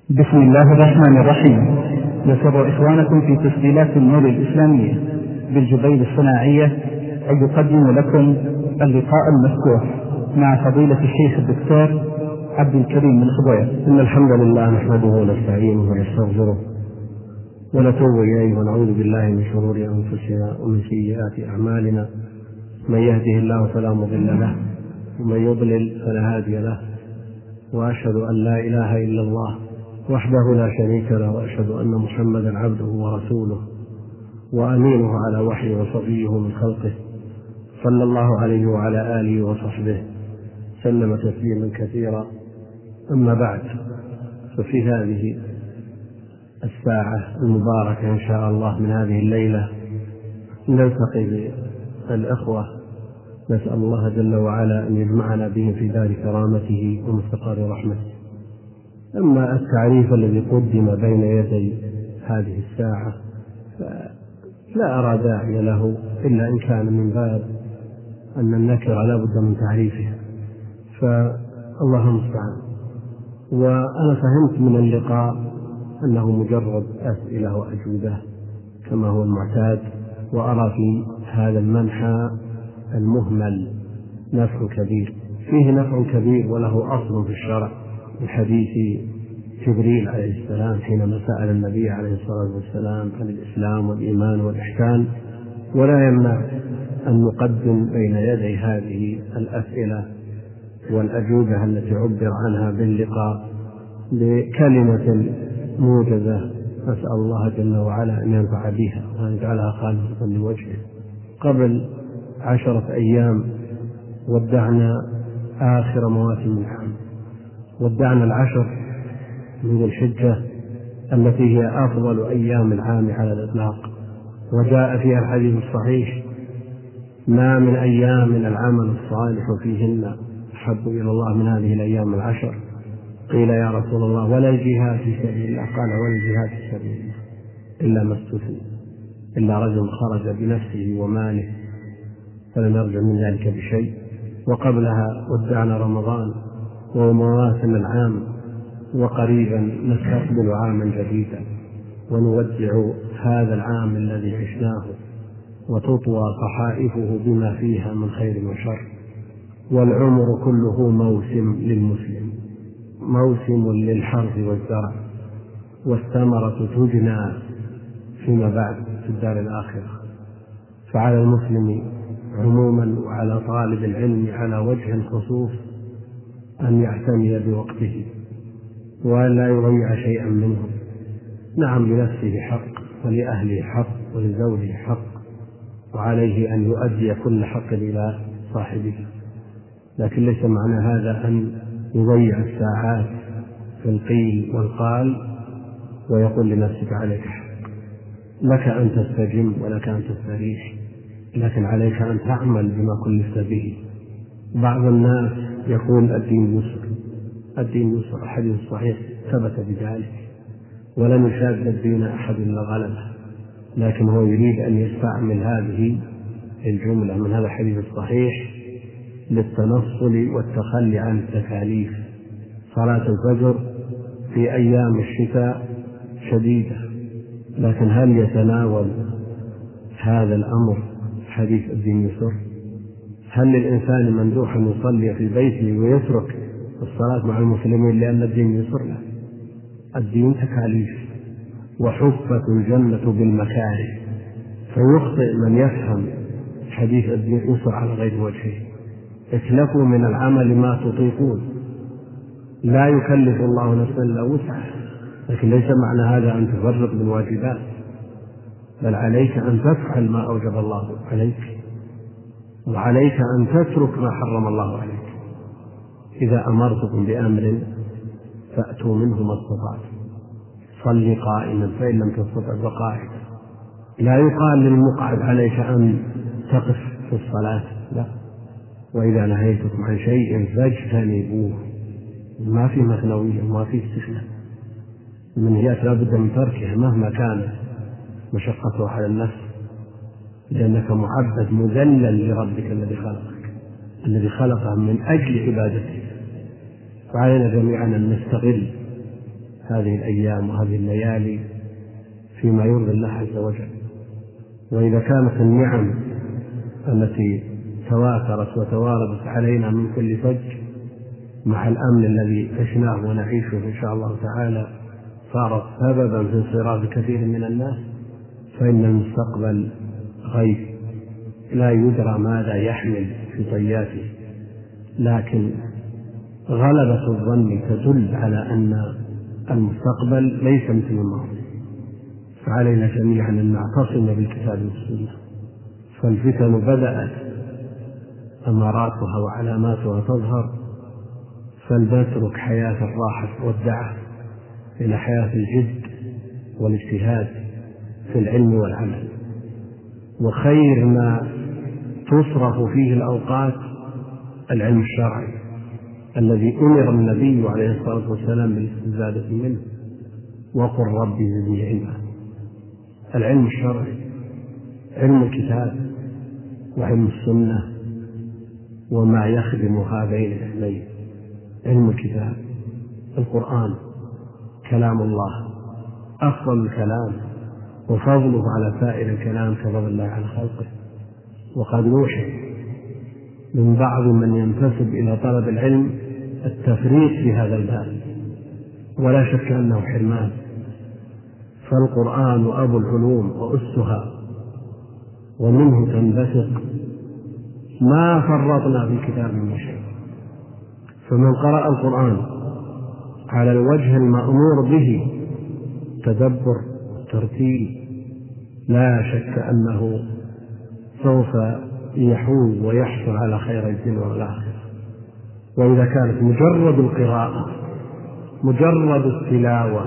بسم الله الرحمن الرحيم. يسر إخوانكم في تسجيلات النور الإسلامية بالجبيل الصناعية أن يقدم لكم اللقاء المفتوح مع فضيلة الشيخ الدكتور عبد الكريم الخضير. إن الحمد لله نحمده ونستعينه ونستغفره ونتوب إليه ونعوذ بالله من شرور أنفسنا ومن سيئات أعمالنا. من يهده الله فلا مضل له ومن يضلل فلا هادي له، وأشهد أن لا إله إلا الله وحده لا شريك له، وأشهد أن محمدا عبده ورسوله وأمينه على وحيه وصفيه من خلقه، صلى الله عليه وعلى آله وصحبه سلم تسليما كثيرا. أما بعد، ففي هذه الساعة المباركة إن شاء الله من هذه الليلة نلتقي بالإخوة، نسأل الله جل وعلا أن يجمعنا بهم في دار كرامته ومستقر رحمته. أما التعريف الذي قدم بين يدي هذه الساعة فلا أرى داعي له إلا إن كان من باب أن النكرة لا بد من تعريفها، فالله المستعان. وأنا فهمت من اللقاء أنه مجرد أسئلة وأجوبة كما هو المعتاد، وأرى في هذا المنحى المهمل نفع كبير، فيه نفع كبير وله أصل في الشرع، من حديث جبريل عليه السلام حينما سأل النبي عليه الصلاة والسلام عن الإسلام والإيمان والإحسان. ولا يمنع أن نقدم بين يدي هذه الأسئلة والأجوبة التي عبر عنها باللقاء بكلمة موجزة، نسأل الله جل وعلا أن ينفع بها وأن يجعلها خالصة لوجهه. قبل 10 أيام ودعنا آخر مواسم العام، ودعنا 10 من ذي الحجة التي هي أفضل أيام العام على الإطلاق، وجاء فيها الحديث الصحيح: ما من أيام العمل الصالح فيهن أحب إلى الله من هذه الأيام 10. قيل يا رسول الله ولا الجهاد في سبيل الله؟ قال ولا الجهاد في سبيل الله إلا ما استثني، إلا رجل خرج بنفسه وماله فلم يرجع من ذلك بشيء. وقبلها ودعنا رمضان ومواسم العام، وقريبا نستقبل عاما جديدا ونودع هذا العام الذي عشناه، وتطوى صحائفه بما فيها من خير وشر. والعمر كله موسم للمسلم، موسم للحرث والزرع، والثمرة تجنى فيما بعد في الدار الآخرة. فعلى المسلم عموما وعلى طالب العلم على وجه الخصوص أن يعتني بوقته وأن لا يضيع شيئا منه. نعم، لنفسه حق ولأهله حق ولزوجه حق، وعليه أن يؤدي كل حق إلى صاحبه، لكن ليس معنى هذا أن يضيع الساعات في القيل والقال ويقول لنفسك عليك حق. لك أن تستجم ولك أن تستريح، لكن عليك أن تعمل بما كلفت به. بعض الناس يقول الدين يسر، الدين يسر، الحديث الصحيح ثبت بذلك، ولن يشاد الدين أحد إلا غلبه، لكن هو يريد أن يستعمل هذه الجملة من هذا الحديث الصحيح للتنصل والتخلي عن التكاليف. صلاة الفجر في أيام الشتاء شديدة، لكن هل يتناول هذا الأمر حديث الدين يسر؟ هل للإنسان مندوح أن يصلي في بيته ويترك الصلاة مع المسلمين لأن الدين يسر له؟ الدين تكاليف، وحفت الجنة بالمكاره، فيخطئ من يفهم حديث الدين يسر على غير وجهه. اكلفوا من العمل ما تطيقون، لا يكلف الله نفسا إلا وسعها، لكن ليس معنى هذا أن تفرط بالواجبات، بل عليك أن تفعل ما أوجب الله عليك، وعليك أن تترك ما حرم الله عليك. إذا أمرتكم بأمر فأتوا منه ما استطعتم. صل قائما فإن لم تستطع فقاعدا. لا يقال للمقعد عليك أن تقف في الصلاة، لا. وإذا نهيتكم عن شيء فاجتنبوه، ما في مثنوية وما في استثناء، المنهيات لا بد من تركها مهما كانت مشقته على النفس، لأنك معبد مذلل لربك الذي خلقك، الذي خلقه من أجل عبادته. وعلينا جميعا أن نستغل هذه الأيام وهذه الليالي فيما يرضي الله عز وجل. وإذا كانت النعم التي تواترت وتواردت علينا من كل فج مع الأمن الذي عشناه ونعيشه إن شاء الله تعالى صارت سببا في انصراف كثير من الناس، فإن المستقبل غيب لا يدرى ماذا يحمل في طياته، لكن غلبة الظن تدل على أن المستقبل ليس مثل الماضي. فعلينا جميعا أن نعتصم بالكتاب والسنة، فالفتن بدأت أماراتها وعلاماتها تظهر، فلنترك حياة الراحة والدعة إلى حياة الجد والاجتهاد في العلم والعمل. وخير ما تصرف فيه الأوقات العلم الشرعي الذي أمر النبي عليه الصلاة والسلام بالاستزادة منه، وقل رب زدني علما. العلم الشرعي علم الكتاب وعلم السنة وما يخدم هذين العلمين. علم الكتاب القرآن كلام الله أفضل الكلام وفضله على سائر الكلام كفضل الله على خلقه. وقد نوحي من بعض من ينتسب إلى طلب العلم التفريط في هذا الباب، ولا شك أنه حرمان، فالقرآن أبو العلوم وأسها ومنه تنبثق، ما فرطنا في الكتاب من شيء. فمن قرأ القرآن على الوجه المأمور به تدبر ترتيل لا شك أنه سوف يحوز ويحصل على خير الدنيا والآخرة. وإذا كانت مجرد القراءة مجرد التلاوة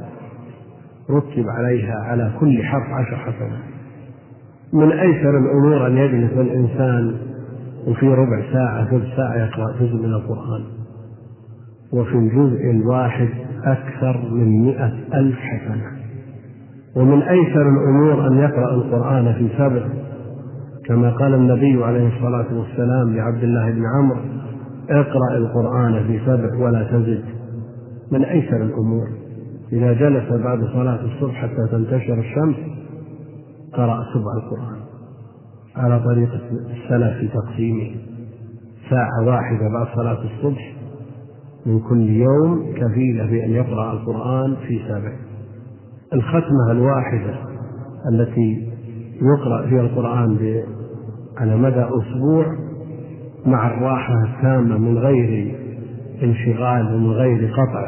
رتب عليها على كل حرف 10 حسنات. من أيسر الأمور أن يجلس الإنسان وفي ربع ساعة ثلث ساعة يقرأ جزء من القرآن، وفي الجزء الواحد أكثر من 100,000 حسنة. ومن أيسر الأمور أن يقرأ القرآن في 7، كما قال النبي عليه الصلاة والسلام لعبد الله بن عمرو: اقرأ القرآن في 7 ولا تزد. من أيسر الأمور إذا جلس بعد صلاة الصبح حتى تنتشر الشمس قرأ 7 القرآن على طريقة السلف في تقسيمه. ساعة واحدة بعد صلاة الصبح من كل يوم كفيلة بأن يقرأ القرآن في 7. الختمة الواحدة التي يقرأ فيها القرآن على مدى أسبوع مع الراحة التامة من غير انشغال ومن غير قطع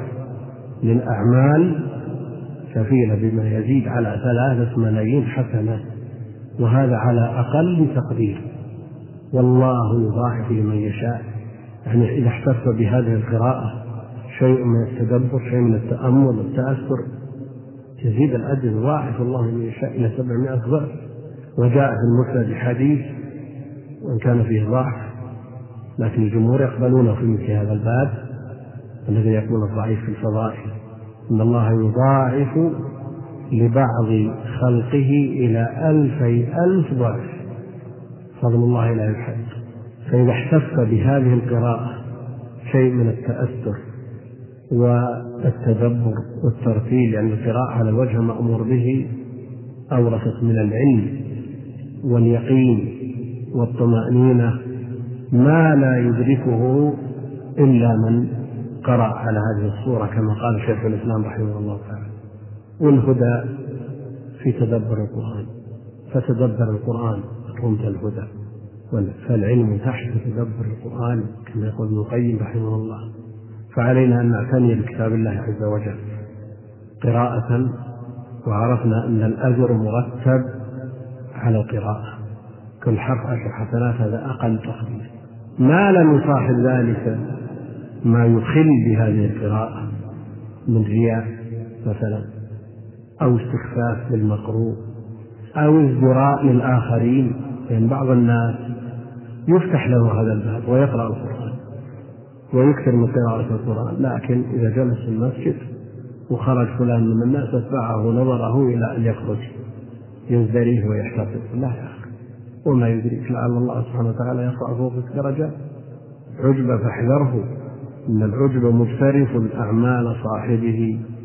للأعمال كفيلة بما يزيد على 3 ملايين حسنة، وهذا على أقل تقدير. والله يضاعف لمن يشاء. يعني إذا احتف بهذه القراءة شيء من التدبر شيء من التأمل والتأثر يزيد الأجر، يضاعف الله لمن يشاء إلى 700 ضعف. وجاء في المسند حديث وإن كان فيه ضعف لكن الجمهور يقبلونه في مثل هذا الباب الذي يكون الضعيف في الفضائل: إن الله يضاعف لبعض خلقه إلى 2000 ضعف، فضل الله لا يحد. فإذا احتف بهذه القراءة شيء من التأثر والتدبر والترتيل، يعني القراءة على الوجه المأمور به، أورثت من العلم واليقين والطمأنينة ما لا يدركه إلا من قرأ على هذه الصورة، كما قال شيخ الإسلام رحمه الله تعالى: والهدى في تدبر القرآن، فتدبر القرآن رمت الهدى. فالعلم تحت تدبر القرآن كما يقول ابن القيم رحمه الله. فعلينا أن نعتني بكتاب الله عز وجل قراءة، وعرفنا أن الأجر مرتب على القراءة، كل حرف 10 حسنات، هذا أقل تقدير. ما لم يصاحب ذلك ما يخل بهذه القراءة من رياء مثلا، أو استخفاف بالمقروء، أو ازدراء للآخرين. يعني بعض الناس يفتح له هذا الباب ويقرأ القرآن ويكثر من قراءة القرآن، لكن إذا جلس في المسجد وخرج فلان من الناس اتبعه نظره إلى أن يخرج يزدريه ويحتفظ. لا يا أخي، وما يدريك لعل الله سبحانه وتعالى يرفع فوقك درجات. عجب فاحذره، إن العجب مجترف أعمال صاحبه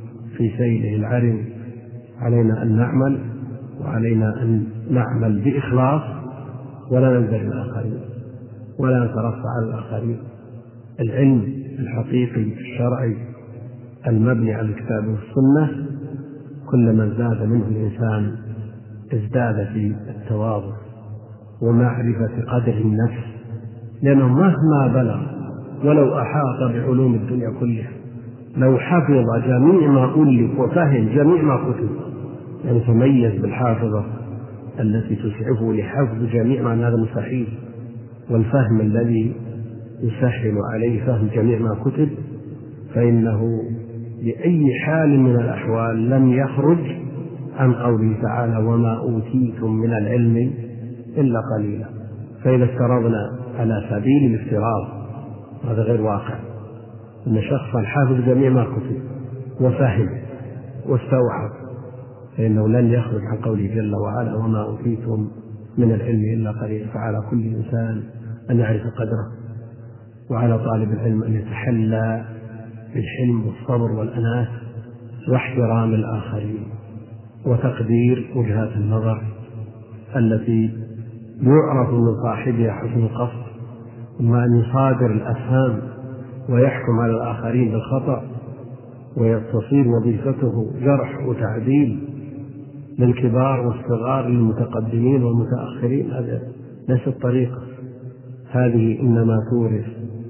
في سيله العرم علينا أن نعمل، وعلينا أن نعمل بإخلاص، ولا ننزل الآخرين ولا نترفع على الآخرين. العلم الحقيقي الشرعي المبني على الكتاب والسنة كلما ازداد منه الإنسان ازداد في التواضع ومعرفة قدر النفس، لأنه مهما بلغ ولو أحاط بعلوم الدنيا كلها، لو حفظ جميع ما ألف وفهم جميع ما كتب، يعني تميز بالحافظة التي تسعفه لحفظ جميع ما، هذا مستحيل، والفهم الذي يسهل عليه فهم جميع ما كتب، فإنه بأي حال من الأحوال لم يخرج عن قوله تعالى وما أوتيتم من العلم إلا قليلا. فإذا افترضنا على سبيل الافتراض، هذا غير واقع، أن شخصا حافظ جميع ما كتب وفهم واستوعب، فإنه لن يخرج عن قوله جل وعلا وما أوتيتم من العلم إلا قليلا. فعلى كل إنسان أن يعرف قدره، وعلى طالب العلم أن يتحلى بالحلم والصبر والأناة واحترام الآخرين وتقدير وجهات النظر التي يعرف من صاحبها حسن القصد، وما أن يصادر الأفهام ويحكم على الآخرين بالخطأ ويتصير وظيفته جرح وتعديل للكبار والصغار للمتقدمين والمتأخرين. هذا ليس الطريقة، هذه إنما تورث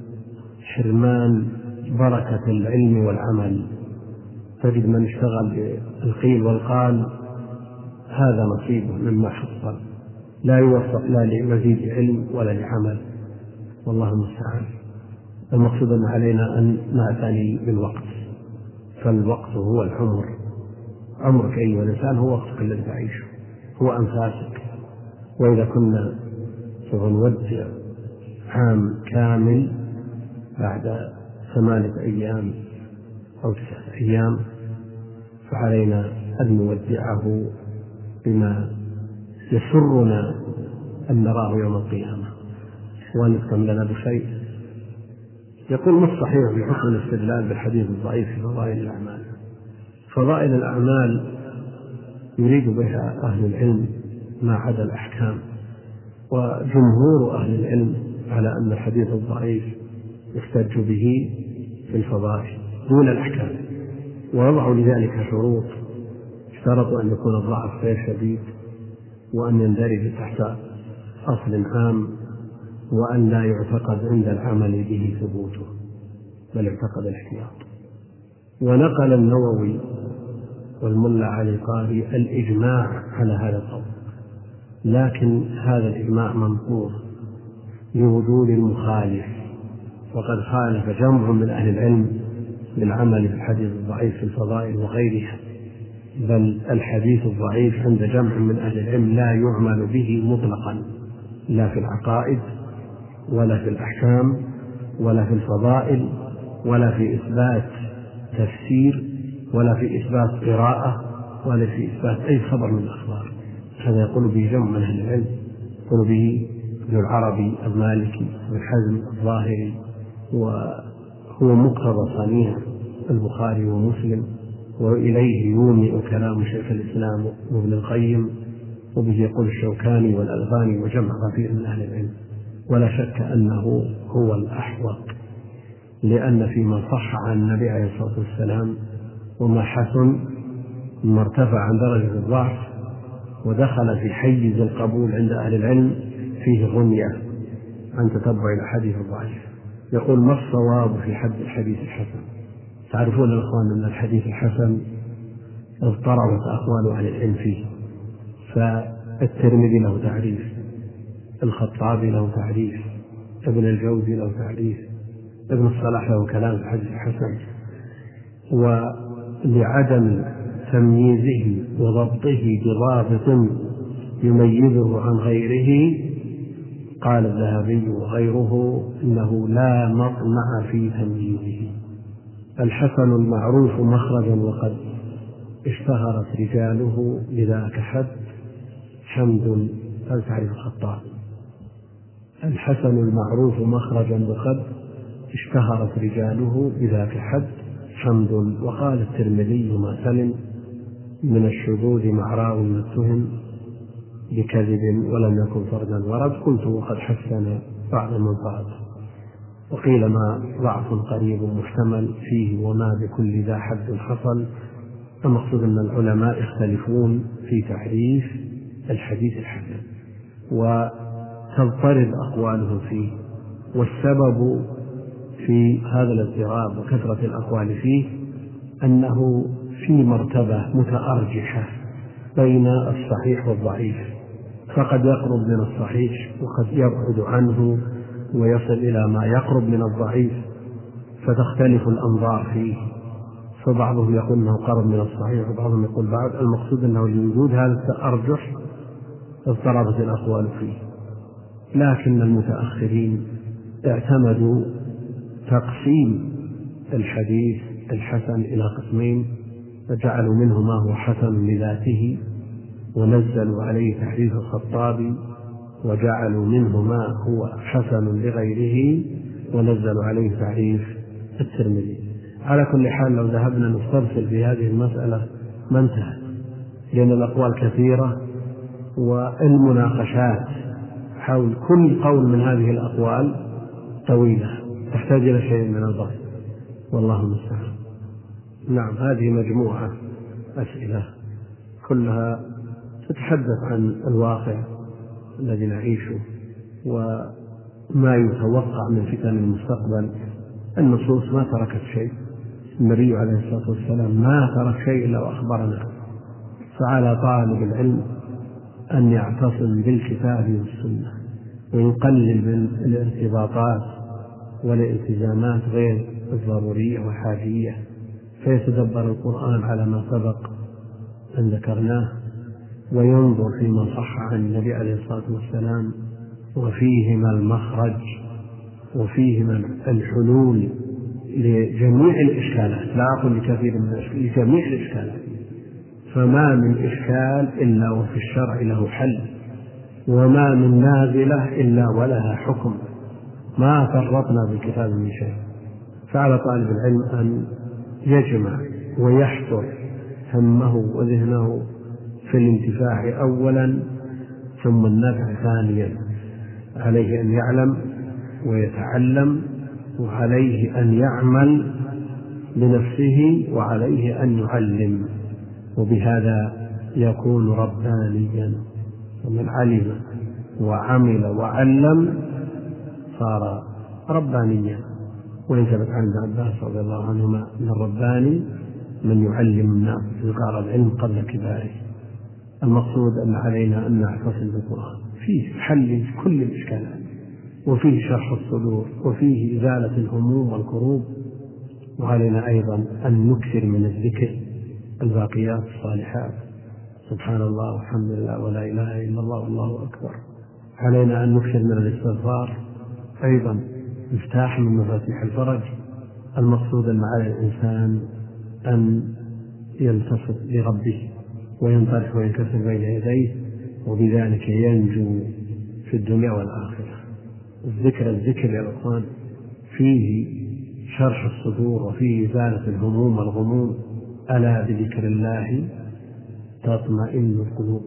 حرمان بركة العلم والعمل. تجد من اشتغل بالقيل والقال هذا نصيبه مما حصل، لا يوفق لا لمزيد علم ولا لعمل، والله المستعان. المقصود أن علينا أن نعتني بالوقت، فالوقت هو العمر، عمرك أيها الإنسان هو وقتك الذي تعيشه، هو أنفاسك. وإذا كنا سوف نودع عام كامل بعد 8 أيام أو 9 أيام، فعلينا أن نودعه بما يسرنا أن نراه يوم القيامة وأن يختم لنا بخير. يقول ما الصحيح بحكم الاستدلال بالحديث الضعيف في فضائل الأعمال؟ فضائل الأعمال يريد بها أهل العلم ما عدا الأحكام، وجمهور أهل العلم على أن الحديث الضعيف يحتج به في الفضائل دون الأحكام، ووضعوا لذلك شروط، اشترطوا أن يكون الضعف غير شديد، وأن يندرج تحت أصل عام، وأن لا يعتقد عند العمل به ثبوته بل يعتقد الاحتياط. ونقل النووي والملا علي قاري الإجماع على هذا القول، لكن هذا الإجماع منقوض لوجود المخالف، وقد خالف جمع من أهل العلم بالعمل بالحديث الضعيف في الفضائل وغيرها، بل الحديث الضعيف عند جمع من أهل العلم لا يعمل به مطلقا، لا في العقائد ولا في الأحكام ولا في الفضائل ولا في إثبات تفسير ولا في إثبات قراءة ولا في إثبات أي خبر من الأخبار. هذا يقول به جمع من أهل العلم، يقول به ابن العربي المالكي وابن حزم الظاهري، وهو مقتضى صنيع البخاري ومسلم، وإليه يومئ كلام شيخ الإسلام وابن القيم، وبه يقول الشوكاني والألباني وجمع كثير من أهل العلم. ولا شك أنه هو الأحوط، لأن فيما صح عن النبي عليه الصلاة والسلام وما حسن ما ارتفع عن درجة الضعف ودخل في حيز القبول عند أهل العلم فيه غنية عن تتبع الأحاديث الضعيفة. يقول ما الصواب في حد الحديث الحسن؟ تعرفون الأخوان أن الحديث الحسن اضطربت أقوال أهل العلم فيه، فالترمذي له تعريف، الخطابي له تعريف، ابن الجوزي له تعريف، ابن الصلاح له كلام في الحديث الحسن. ولعدم تمييزه وضبطه بضابط يميزه عن غيره قال الذهبي وغيره إنه لا مطمع في تمييزه. الحسن المعروف مخرجا وقد اشتهرت رجاله بذاك حد حمد. هذا تعريف الخطاب. الحسن المعروف مخرجا وقد اشتهرت رجاله بذاك حد حمد. وقال الترمذي: ما سلم من الشذوذ مع راو متهم بكذب ولم يكن فردا ورد. قلت: وقد حسن بعض من فرد. وقيل: ما ضعف قريب محتمل فيه وما بكل ذا حد حصل. المقصود أن العلماء يختلفون في تعريف الحديث الحسن وتضطرب أقوالهم فيه، والسبب في هذا الاضطراب وكثرة الأقوال فيه أنه في مرتبة متأرجحة بين الصحيح والضعيف، فقد يقرب من الصحيح وقد يبعد عنه ويصل إلى ما يقرب من الضعيف، فتختلف الأنظار فيه، فبعضهم يقول أنه قرب من الصحيح وبعضهم يقول بعد. المقصود أنه لوجود هذا التأرجح اضطربت الأقوال فيه. لكن المتأخرين اعتمدوا تقسيم الحديث الحسن إلى قسمين، فجعلوا منه ما هو حسن لذاته ونزلوا عليه تحريف الخطابي، وجعلوا منه ما هو حسن لغيره ونزلوا عليه تعريف الترمذي. على كل حال لو ذهبنا نسترسل في هذه المسألة ما انتهت، لأن الأقوال كثيرة والمناقشات حول كل قول من هذه الأقوال طويلة تحتاج إلى شيء من البسط، والله المستعان. نعم، هذه مجموعة أسئلة كلها تتحدث عن الواقع الذي نعيشه وما يتوقع من فتن المستقبل. النصوص ما تركت شيء، النبي عليه الصلاة والسلام ما ترك شيء إلا وأخبرنا، فعلى طالب العلم أن يعتصم بالكتاب والسنة ويقلل من الارتباطات والالتزامات غير الضرورية والحاجية، فيتدبر القرآن على ما سبق أن ذكرناه، وينظر فيما صح عن النبي عليه الصلاة والسلام، وفيهما المخرج وفيهما الحلول لجميع الإشكالات، لا أقول لكثير من الإشكالات، لجميع الإشكالات. فما من إشكال إلا وفي الشرع له حل، وما من نازلة إلا ولها حكم، ما فرطنا بالكتاب من شيء. فعلى طالب العلم أن يجمع ويحفر همه وذهنه في الانتفاع أولا ثم النفع ثانيا. عليه أن يعلم ويتعلم، وعليه أن يعمل بنفسه، وعليه أن يعلم، وبهذا يكون ربانيا. ومن علم وعمل وعلم صار ربانيا. وإن ثبت عن ابن عباس رضي الله عنهما أن الرباني من يعلم الناس صغار العلم قبل كباره. المقصود أن علينا أن نعتصم بالقرآن، فيه حل كل الإشكالات، وفيه شرح الصدور، وفيه إزالة الهموم والكروب. وعلينا أيضا أن نكثر من الذكر، الباقيات الصالحات، سبحان الله والحمد لله ولا إله إلا الله والله أكبر. علينا أن نكثر من الاستغفار أيضا، مفتاح من مفاتيح الفرج. المقصود أن على الإنسان أن يلتصق بربه وينطرح وينكسر بين يديه، وبذلك ينجو في الدنيا والآخرة. الذكر يا أخوان فيه شرح الصدور وفيه إزالة الهموم والغموم. ألا بذكر الله تطمئن القلوب.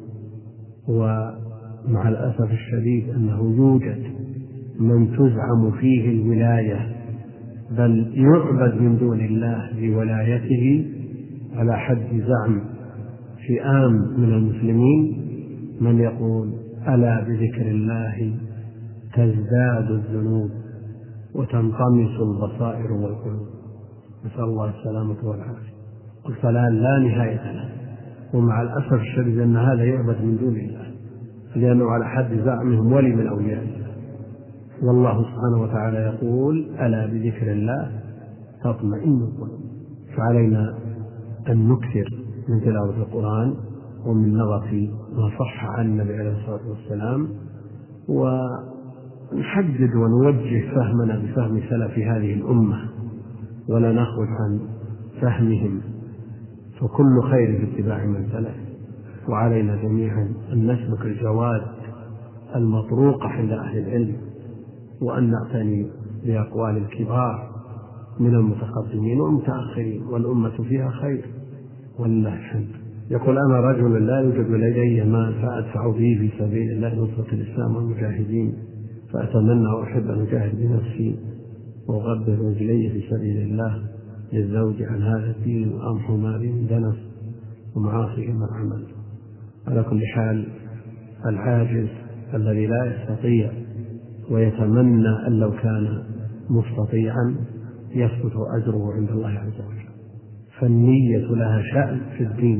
ومع الأسف الشديد أنه يوجد من تزعم فيه الولاية، بل يعبد من دون الله بولايته على حد زعم فئام من المسلمين، من يقول: ألا بذكر الله تزداد الذنوب وتنطمس البصائر والقلوب. نسأل الله السلامة والعافية. الضلال لا نهاية له. ومع الأسف الشديد أن هذا يعبد من دون الله، لأنه على حد زعمهم ولي من أولياء الله. والله سبحانه وتعالى يقول: ألا بذكر الله تطمئن القلوب. فعلينا أن نكثر من تلاوة القرآن ومن نظر في ما صح عن النبي عليه الصلاة والسلام، ونحدد ونوجه فهمنا بفهم سلف هذه الأمة، ولا نخرج عن فهمهم، فكل خير في اتباع من سلف. وعلينا جميعا أن نسلك الجواد المطروقة عند أهل العلم، وأن نعتني بأقوال الكبار من المتقدمين والمتأخرين، والأمة فيها خير ولله الحمد. يقول: أنا رجل لا يوجد لدي مال فأدفع به في سبيل الله نصرة الإسلام والمجاهدين، فأتمنى وأحب أن أجاهد بنفسي وأغبر رجلي في سبيل الله للزوج عن هذا الدين وأمحو ما بي من دنس ومعاصي من العمل. على كل حال، العاجز الذي لا يستطيع ويتمنى أن لو كان مستطيعا يثبت أجره عند الله عز وجل، فالنية لها شأن في الدين.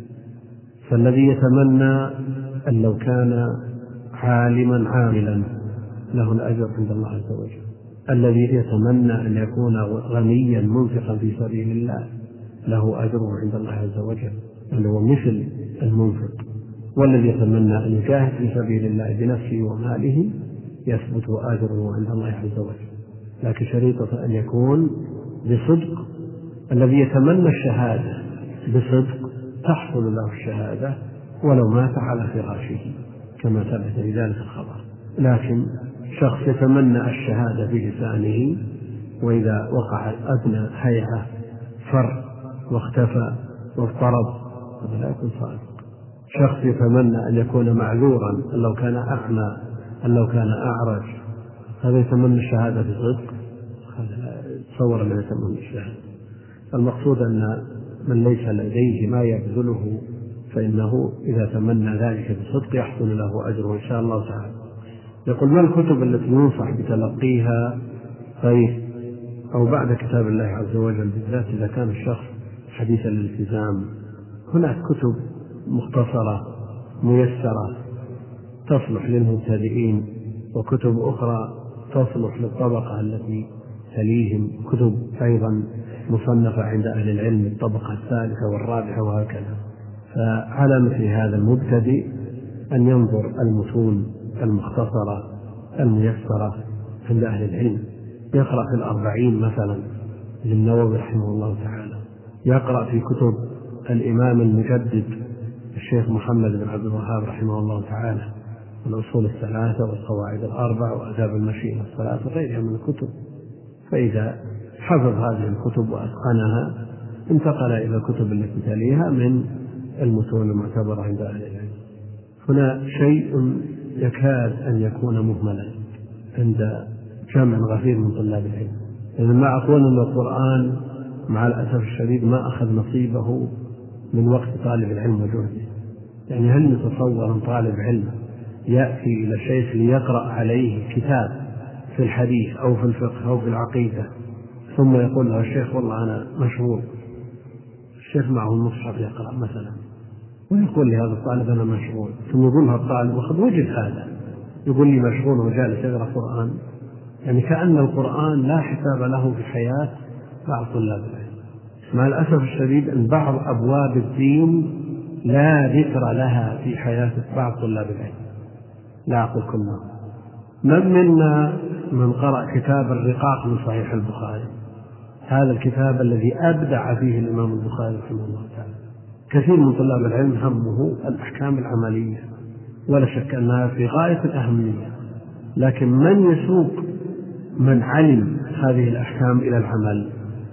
فالذي يتمنى أن لو كان عالما عاملا له الأجر عند الله عز وجل، الذي يتمنى أن يكون غنيا منفقا في سبيل الله له أجره عند الله عز وجل، اللي هو مثل المنفق. والذي يتمنى أن يجاهد في سبيل الله بنفسه وماله يثبت أجره عند الله عز وجل، لكن شريطة أن يكون بصدق. الذي يتمنى الشهادة بصدق تحصل له الشهادة ولو مات على فراشه كما ثبت بذلك الخبر. لكن شخص يتمنى الشهادة بلسانه وإذا وقع أدنى هيعة فر واختفى واضطرب، هذا لا يكون صادق. شخص يتمنى أن يكون معذورا، أن لو كان أعمى، أن لو كان أعرج، هذا يتمنى الشهادة بصدق، هذا تصور أنه يتمنى الشهادة. المقصود أن من ليس لديه ما يبذله فإنه إذا تمنى ذلك بصدق يحصل له أجره إن شاء الله تعالى. يقول: ما الكتب التي ينصح بتلقيها أو بعد كتاب الله عز وجل، بالذات إذا كان الشخص حديث الالتزام؟ هناك كتب مختصرة ميسرة تصلح للمبتدئين، وكتب أخرى تصلح للطبقة التي تليهم، كتب أيضا مصنفة عند أهل العلم الطبقة الثالثة والرابعة وهكذا. فعلى مثل هذا المبتدئ أن ينظر المتون المختصرة الميسرة عند أهل العلم، يقرأ في 40 مثلا للنووي رحمه الله تعالى، يقرأ في كتب الإمام المجدد الشيخ محمد بن عبد الوهاب رحمه الله تعالى، الأصول الثلاثة والقواعد الأربع وآداب المشي والصلاة وغيرها من الكتب. فإذا حفظ هذه الكتب وأتقنها انتقل إلى الكتب التي تليها من المتون المعتبرة عند أهل العلم. هنا شيء يكاد أن يكون مهملا عند جمع غفير من طلاب العلم، لأن ما أقول أن القرآن مع الأسف الشديد ما أخذ نصيبه من وقت طالب العلم وجهده. يعني هل يتصور أن طالب علم يأتي إلى شيخ ليقرأ عليه كتاب في الحديث أو في الفقه أو في العقيدة ثم يقول له الشيخ والله أنا مشغول، الشيخ معه المصحف يقرأ مثلا ويقول لهذا الطالب أنا مشغول، ثم يقول له الطالب وقد وجد هذا يقول لي مشغول وجالس يقرأ قرآن؟ يعني كأن القرآن لا حساب له في حياة بعض طلاب العلم. مع الأسف الشديد أن بعض أبواب الدين لا ذكر لها في حياة بعض طلاب العلم، لا أقول كلهم. من منا من قرأ كتاب الرقاق من صحيح البخاري، هذا الكتاب الذي أبدع فيه الإمام البخاري رحمه الله تعالى؟ كثير من طلاب العلم همه الأحكام العملية، ولا شك أنها في غاية الأهمية، لكن من يسوق من علم هذه الأحكام إلى العمل؟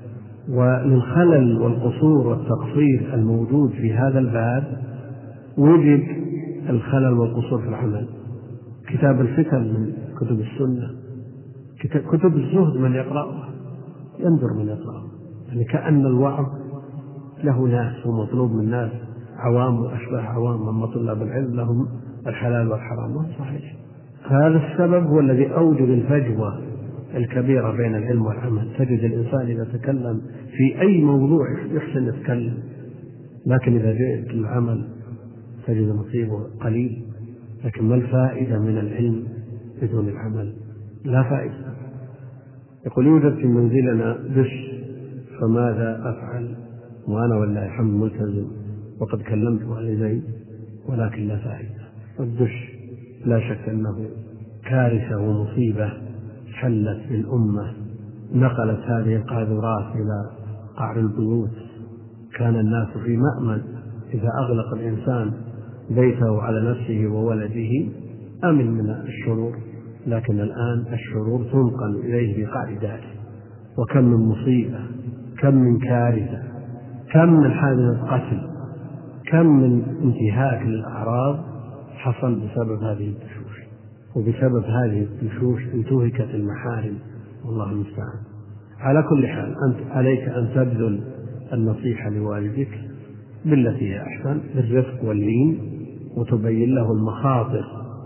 وللخلل والقصور والتقصير الموجود في هذا الباب وجد الخلل والقصور في العمل. كتاب الفتن من كتب السنة، كتب الزهد من يقرأها ينظر من يقرأها، يعني كأن الوعظ له ناس ومطلوب من ناس عوام وأشبه عوام، أما طلاب العلم لهم الحلال والحرام. ما صحيح. هذا السبب هو الذي أوجد الفجوة الكبيرة بين العلم والعمل. تجد الإنسان إذا تكلم في أي موضوع يحسن يتكلم، لكن إذا جاء العمل تجد نصيبه قليل. لكن ما الفائدة من العلم بدون العمل؟ لا فائدة. يقول: يوجد في منزلنا دش، فماذا أفعل وأنا والله الحمد ملتزم وقد كلمت والدي ولكن لا فائدة؟ الدش لا شك أنه كارثة ومصيبة حلت بالأمة، نقلت هذه القاذورات إلى قعر البيوت. كان الناس في مأمن، إذا أغلق الإنسان بيته على نفسه وولده أمن من الشرور، لكن الآن الشرور تنقل إليه بقعر داره. وكم من مصيبة، كم من كارثة، كم من حادثة قتل، كم من انتهاك للأعراض حصل بسبب هذه الدشوش، وبسبب هذه الدشوش انتهكت المحارم، والله المستعان. على كل حال أنت عليك أن تبذل النصيحة لوالدك بالتي هي أحسن بالرفق واللين، وتبين له المخاطر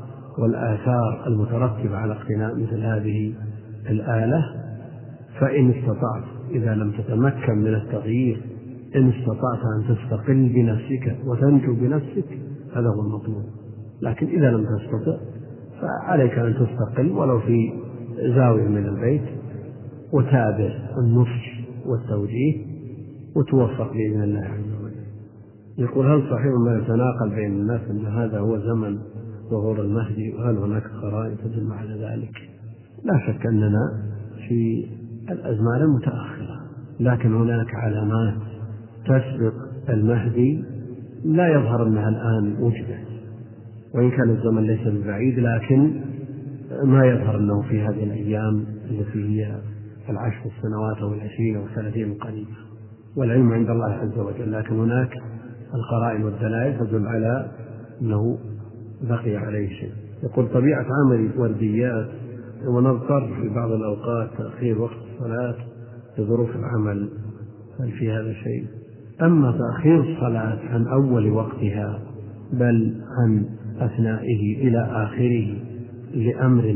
والآثار المترتبة على اقتناء مثل هذه الآلة. فإن استطعت، إذا لم تتمكن من التغيير، إن استطعت أن تستقل بنفسك وتنجو بنفسك هذا هو المطلوب. لكن إذا لم تستطع فعليك أن تستقل ولو في زاوية من البيت، وتابع النصح والتوجيه، وتوفق بإذن الله عز وجل. يقول: هل صحيح ما يتناقل بين الناس أن هذا هو زمن ظهور المهدي، وهل هناك قرائن تدل على ذلك؟ لا شك أننا في الأزمان المتأخرة، لكن هناك علامات تسبق المهدي لا يظهر أنها الآن وجدت، وإن كان الزمن ليس ببعيد، لكن ما يظهر أنه في هذه الأيام التي هي 10 سنوات أو 20 أو 30 قريبة، والعلم عند الله عز وجل. لكن هناك القرائن والدلائل تدل على أنه بقي عليه شيء. يقول: طبيعة عمل ورديات، ونضطر في بعض الأوقات تأخير وقت الصلاة لظروف العمل، هل في هذا شيء؟ أما تأخير الصلاة عن أول وقتها بل عن أثنائه إلى آخره لأمر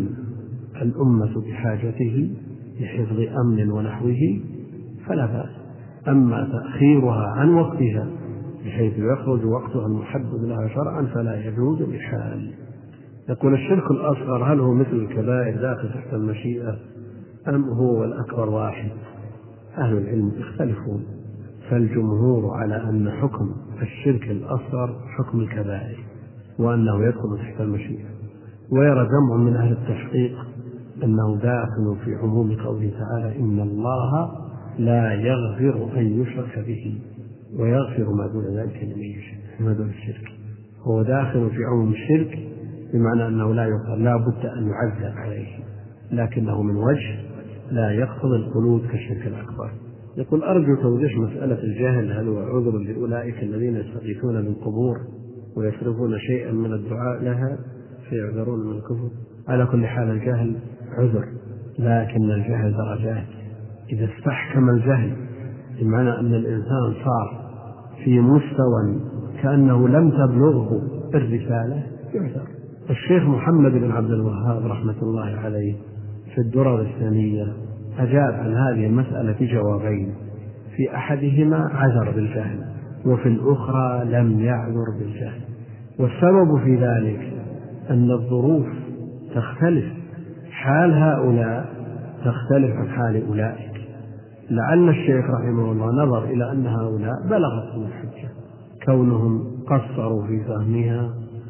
الأمة بحاجته لحفظ أمن ونحوه فلا بأس. أما تأخيرها عن وقتها بحيث يخرج وقتها المحدد لها شرعا فلا يجوز بحال. يقول: الشرك الأصغر هل هو مثل الكبائر داخل تحت المشيئة أم هو الأكبر واحد؟ أهل العلم يختلفون، فالجمهور على أن حكم الشرك الأصغر حكم الكبائر، وأنه يدخل تحت المشيئة، ويرى جمع من أهل التحقيق أنه داخل في عموم قوله تعالى: إن الله لا يغفر أن يشرك به ويغفر ما دون ذلك لمن يشاء. ما دون الشرك هو داخل في عموم الشرك، بمعنى أنه لا يغفر، لا بد أن يعذب عليه، لكنه من وجه لا يقتضي الخلود كالشرك الأكبر. يقول: أرجو توضيح مسألة الجهل، هل هو عذر لأولئك الذين يستغيثون بالقبور ويصرفون شيئا من الدعاء لها فيعذرون من الكفر؟ على كل حال الجهل عذر، لكن الجهل درجات. إذا استحكم الجهل بمعنى أن الإنسان صار في مستوى كأنه لم تبلغه الرسالة يعذر. الشيخ محمد بن عبد الوهاب رحمة الله عليه في الدرر الثانية أجاب عن هذه المسألة بجوابين: في أحدهما عذر بالجهل، وفي الأخرى لم يعذر بالجهل. والسبب في ذلك أن الظروف تختلف، حال هؤلاء تختلف عن حال أولئك. لعل الشيخ رحمه الله نظر إلى أن هؤلاء بلغتهم الحجة، كونهم قصروا في فهمها،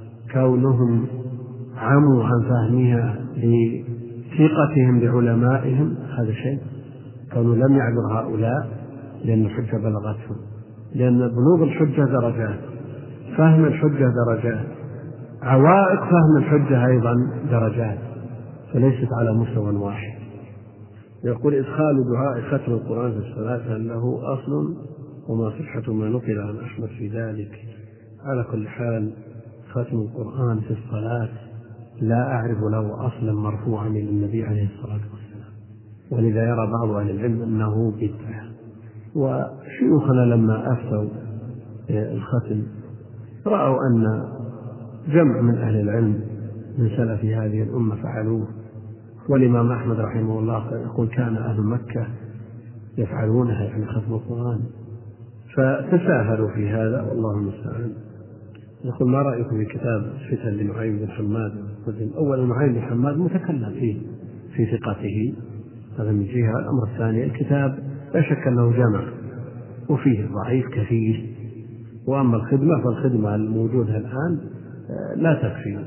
كونهم عموا عن فهمها لثقتهم بعلمائهم، هذا شيء. كونه لم يعذر هؤلاء لأن الحجة بلغتهم، لأن بلوغ الحجة درجات، فهم الحجة درجات، عوائق فهم الحجة أيضا درجات، فليست على مستوى واحد. يقول: إدخال دعاء ختم القرآن في الصلاة هل له أصل، وما صحة ما نقل عن أحمد في ذلك؟ على كل حال ختم القرآن في الصلاة لا أعرف له أصلا مرفوعا إلى النبي عليه الصلاة والسلام، ولذا يرى بعض أهل العلم أنه بدعة. وشيوخنا لما أفتوا الختم رأوا أن جمع من أهل العلم من سلف هذه الأمة فعلوه، والإمام أحمد رحمه الله يقول: كان أهل مكة يفعلونها، يعني ختم القرآن، فتساهلوا في هذا، والله المستعان. يقول: ما رأيكم في كتاب فتن لنعيم بن حماد؟ أولا نعيم بن حماد متكلم فيه في ثقته، هذا من جهة. الأمر الثاني الكتاب لا شك أنه جمع وفيه ضعيف كثير، وأما الخدمة فالخدمة الموجودة الآن لا تكفي.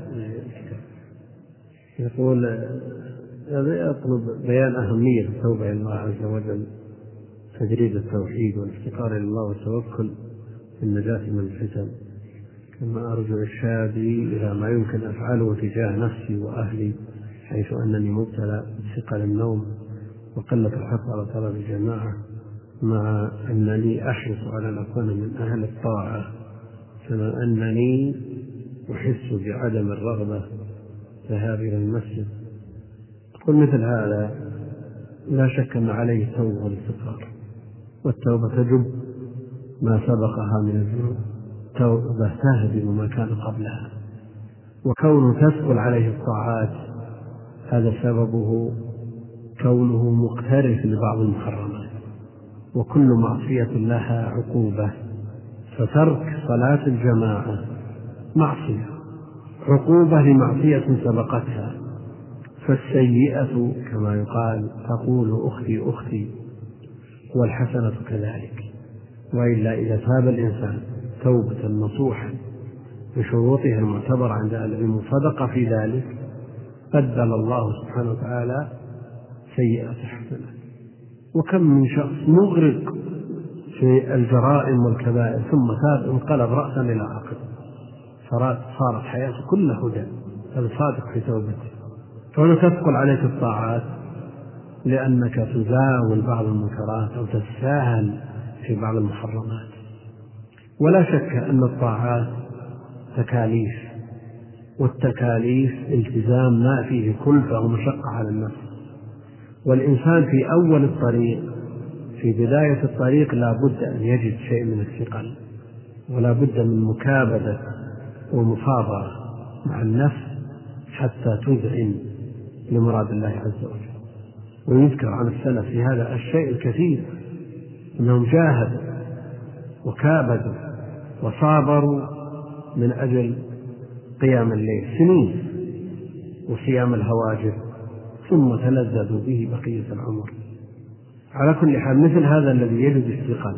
يقول: يطلب بيان أهمية التوبة إلى الله عز وجل، تجريد التوحيد والافتقار إلى الله والتوكل في النجاة من الفتن، كما أرجو إرشادي إلى ما يمكن أفعله تجاه نفسي وأهلي، حيث أنني مبتلى بثقل النوم وقلة الحث على طلب الجماعة، مع أنني أحرص على أن أكون من أهل الطاعة، كما أنني أحس بعدم الرغبة ذهاب إلى المسجد. قل مثل هذا لا شك أن عليه توبة والاستغفار، والتوبة تجب ما سبقها من الذنوب، توبة تهدم ما كان قبلها. وكونه تثقل عليه الطاعات هذا سببه كونه مقترف لبعض المحرمات، وكل معصية لها عقوبة، فترك صلاة الجماعة معصية، عقوبة لمعصية سبقتها. فالسيئة كما يقال تقول أختي أختي، والحسنة كذلك. وإلا إذا تاب الإنسان توبة نصوحا بشروطها المعتبرة عند أهل العلم وصدق في ذلك، بدل الله سبحانه وتعالى سيئات حسنات. وكم من شخص مغرق في الجرائم والكبائر ثم تاب انقلب رأسا إلى عقب، صارت حياته كلها هدى، هذا صادق في توبته. فهنا تثقل عليك الطاعات لأنك تزاول بعض المنكرات أو تتساهل في بعض المحرمات. ولا شك أن الطاعات تكاليف، والتكاليف التزام ما فيه كلفة ومشقة على النفس، والإنسان في أول الطريق في بداية الطريق لا بد أن يجد شيء من الثقل، ولا بد من مكابدة ومصابرة مع النفس حتى تذعن لمراد الله عز وجل. ويذكر عن السلف في هذا الشيء الكثير، أنهم جاهدوا وكابدوا وصابروا من أجل قيام الليل سنين وصيام الهواجر، ثم تلذذوا به بقية العمر. على كل حال مثل هذا الذي يجد الثقل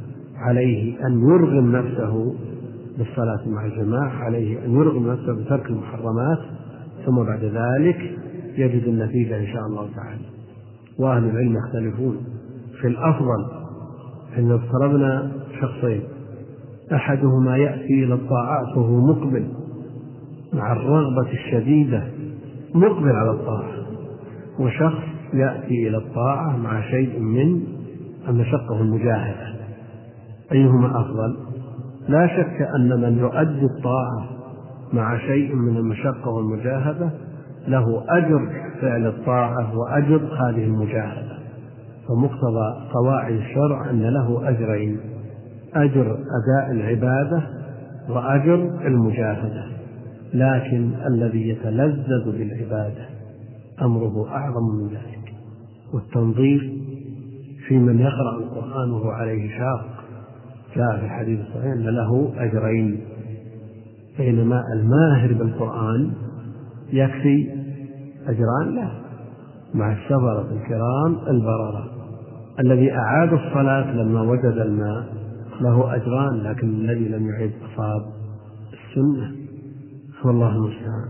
عليه أن يرغم نفسه بالصلاة مع الجماعة، عليه أن يرغم نفسه بترك المحرمات، ثم بعد ذلك يجد النتيجة إن شاء الله تعالى. وأهل العلم يختلفون في الأفضل أن افترضنا شخصين، أحدهما يأتي إلى الطاعات وهو مقبل مع الرغبة الشديدة مقبل على الطاعة، وشخص يأتي إلى الطاعة مع شيء من المشقة والمجاهدة، أيهما أفضل؟ لا شك أن من يؤدي الطاعة مع شيء من المشقة والمجاهدة له أجر فعل الطاعة وأجر هذه المجاهدة. فمقتضى قواعد الشرع أن له أجرين، أجر أداء العبادة وأجر المجاهدة. لكن الذي يتلذذ بالعبادة أمره أعظم من ذلك. والتنظيف في من يقرأ القرآن وهو عليه شاق، جاء في الحديث الصحيح أن له أجرين، بينما الماهر بالقرآن يكفي أجران له مع السفرة الكرام البررة. الذي أعاد الصلاة لما وجد الماء له أجران، لكن الذي لم يعد أصاب السنة، والله المستعان.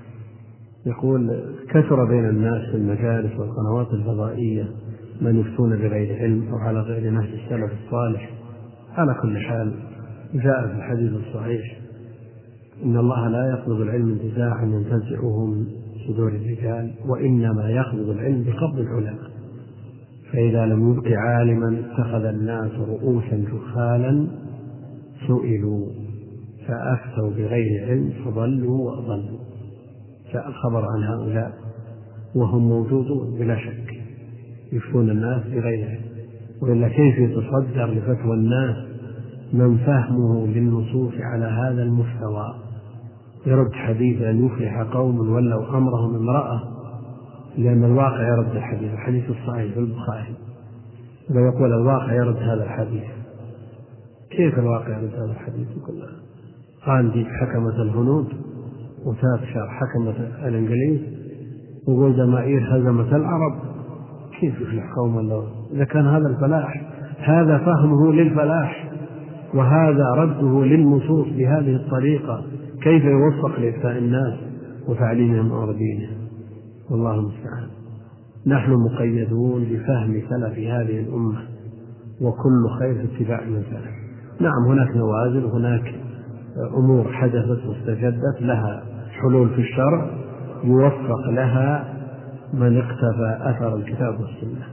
يقول كثر بين الناس في المجالس والقنوات الفضائية من يفتون بغير علم أو على غير نهج السلف الصالح. على كل حال جاء في الحديث الصحيح إن الله لا يقبض العلم انتزاعا ينتزعه من صدور الرجال، وإنما يقبض العلم بقبض العلماء. فإذا لم يبق عالما اتخذ الناس رؤوسا جهالا سئلوا فأفتوا بغير علم فضلوا وأضلوا. جاء الخبر عن هؤلاء وهم موجودون بلا شك يفتون الناس بغير علم، وإلا كيف يتصدر لفتوى الناس من فهمه للنصوص على هذا المستوى يرد حديث أن يفلح قوم ولوا أمرهم امرأة، لأن الواقع يرد الحديث الصحيح في البخاري، ويقول الواقع يرد هذا الحديث. كيف الواقع يرد هذا الحديث كله؟ غاندي حكمة الهنود، وتاتشر حكمة الإنجليز، وغولدمائير هزمت العرب. كيف يفلح قوم ولوا؟ إذا كان هذا الفلاح، هذا فهمه للفلاح وهذا رده للنصوص بهذه الطريقة، كيف يوفق لإفتاء الناس وتعليمهم أمر دينهم؟ والله المستعان. نحن مقيدون بفهم سلف هذه الأمة، وكل خير في اتباع من سلف. نعم هناك نوازل وهناك أمور حدثت واستجدت لها حلول في الشرع يوفق لها من اقتفى أثر الكتاب والسنة.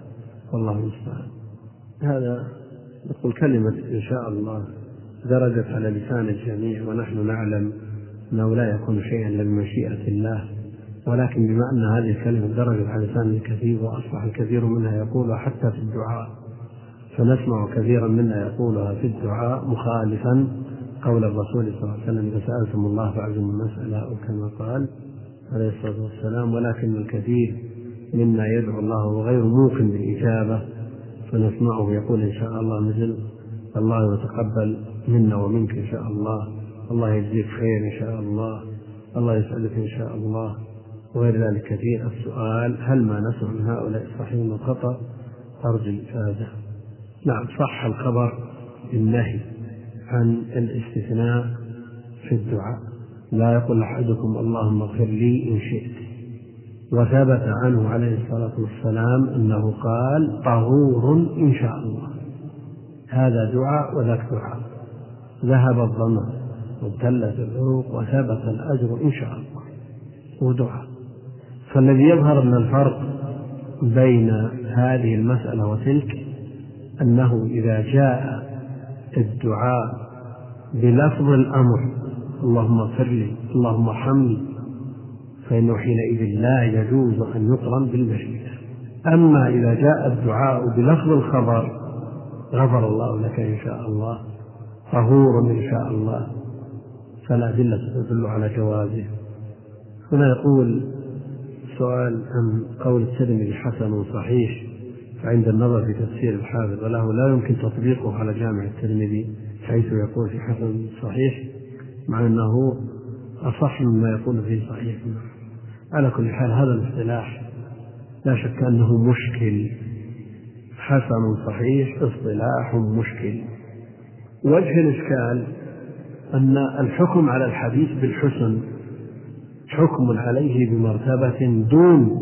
والله المستعان. هذا نقول كلمة إن شاء الله درجت على لسان الجميع، ونحن نعلم أنه لا يكون شيئا إلا بمشيئة الله، ولكن بما أن هذه الكلمة درجت على لسان الكثير وأصبح الكثير منها يقولها حتى في الدعاء، فنسمع كثيرا منا يقولها في الدعاء مخالفا قول الرسول صلى الله عليه وسلم: إذا سألتم الله فاعزموا المسألة، أو كما قال عليه الصلاة والسلام. ولكن الكثير منا يدعو الله وغير موقن بالإجابة، فنسمعه يقول إن شاء الله مثل: الله يتقبل منا ومنك إن شاء الله، الله يجزيك خير إن شاء الله، الله يسعدك إن شاء الله، وغير ذلك كثير. السؤال: هل ما نسمع من هؤلاء صحيح أو خطأ؟ أرجو الإفادة. نعم، صح الخبر بالنهي عن الاستثناء في الدعاء، لا يقول أحدكم اللهم اغفر لي إن شئت، وثبت عنه عليه الصلاة والسلام أنه قال: طهور إن شاء الله. هذا دعاء وذاك دعاء، ذهب الظمأ وابتلت العروق وثبت الأجر إن شاء الله، ودعاء. فالذي يظهر من الفرق بين هذه المسألة وتلك أنه إذا جاء الدعاء بلفظ الأمر اللهم اغفر لي اللهم ارحمني، فإنه حينئذ لا يجوز أن يقرن بالمشيئة. أما إذا جاء الدعاء بلفظ الخبر: غفر الله لك إن شاء الله، طهور إن شاء الله، فالأدلة تدل على جوازه. هنا يقول سؤال عن قول الترمذي حسن صحيح، فعند النظر في تفسير الحافظ له لا يمكن تطبيقه على جامع الترمذي حيث يقول في حسن صحيح، مع أنه أصح مما يقول فيه صحيح. على كل حال هذا الاصطلاح لا شك أنه مشكل. حسن صحيح اصطلاح مشكل. وجه الإشكال أن الحكم على الحديث بالحسن حكم عليه بمرتبة دون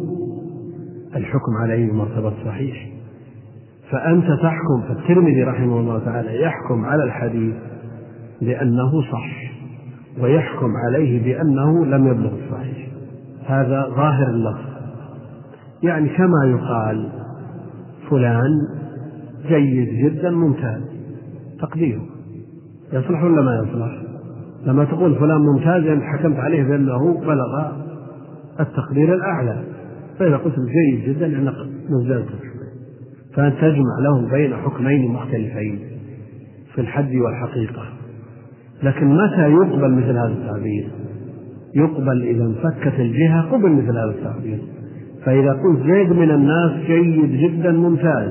الحكم عليه بمرتبة صحيح. فأنت تحكم، فالترمذي رحمه الله تعالى يحكم على الحديث بأنه صح، ويحكم عليه بأنه لم يبلغ الصحيح. هذا ظاهر اللفظ، يعني كما يقال فلان جيد جدا ممتاز، تقديره يصلح ولا ما يصلح؟ لما تقول فلان ممتاز يعني حكمت عليه بأنه بلغ التقدير الأعلى، فإذا قلت جيد جدا يعني نزلت، فأنت تجمع له بين حكمين مختلفين في الحد والحقيقة. لكن متى يقبل مثل هذا التعبير؟ يقبل إذا انفكت الجهة قبل مثل هذا التعبير. فإذا قلت زيد من الناس جيد جدا ممتاز،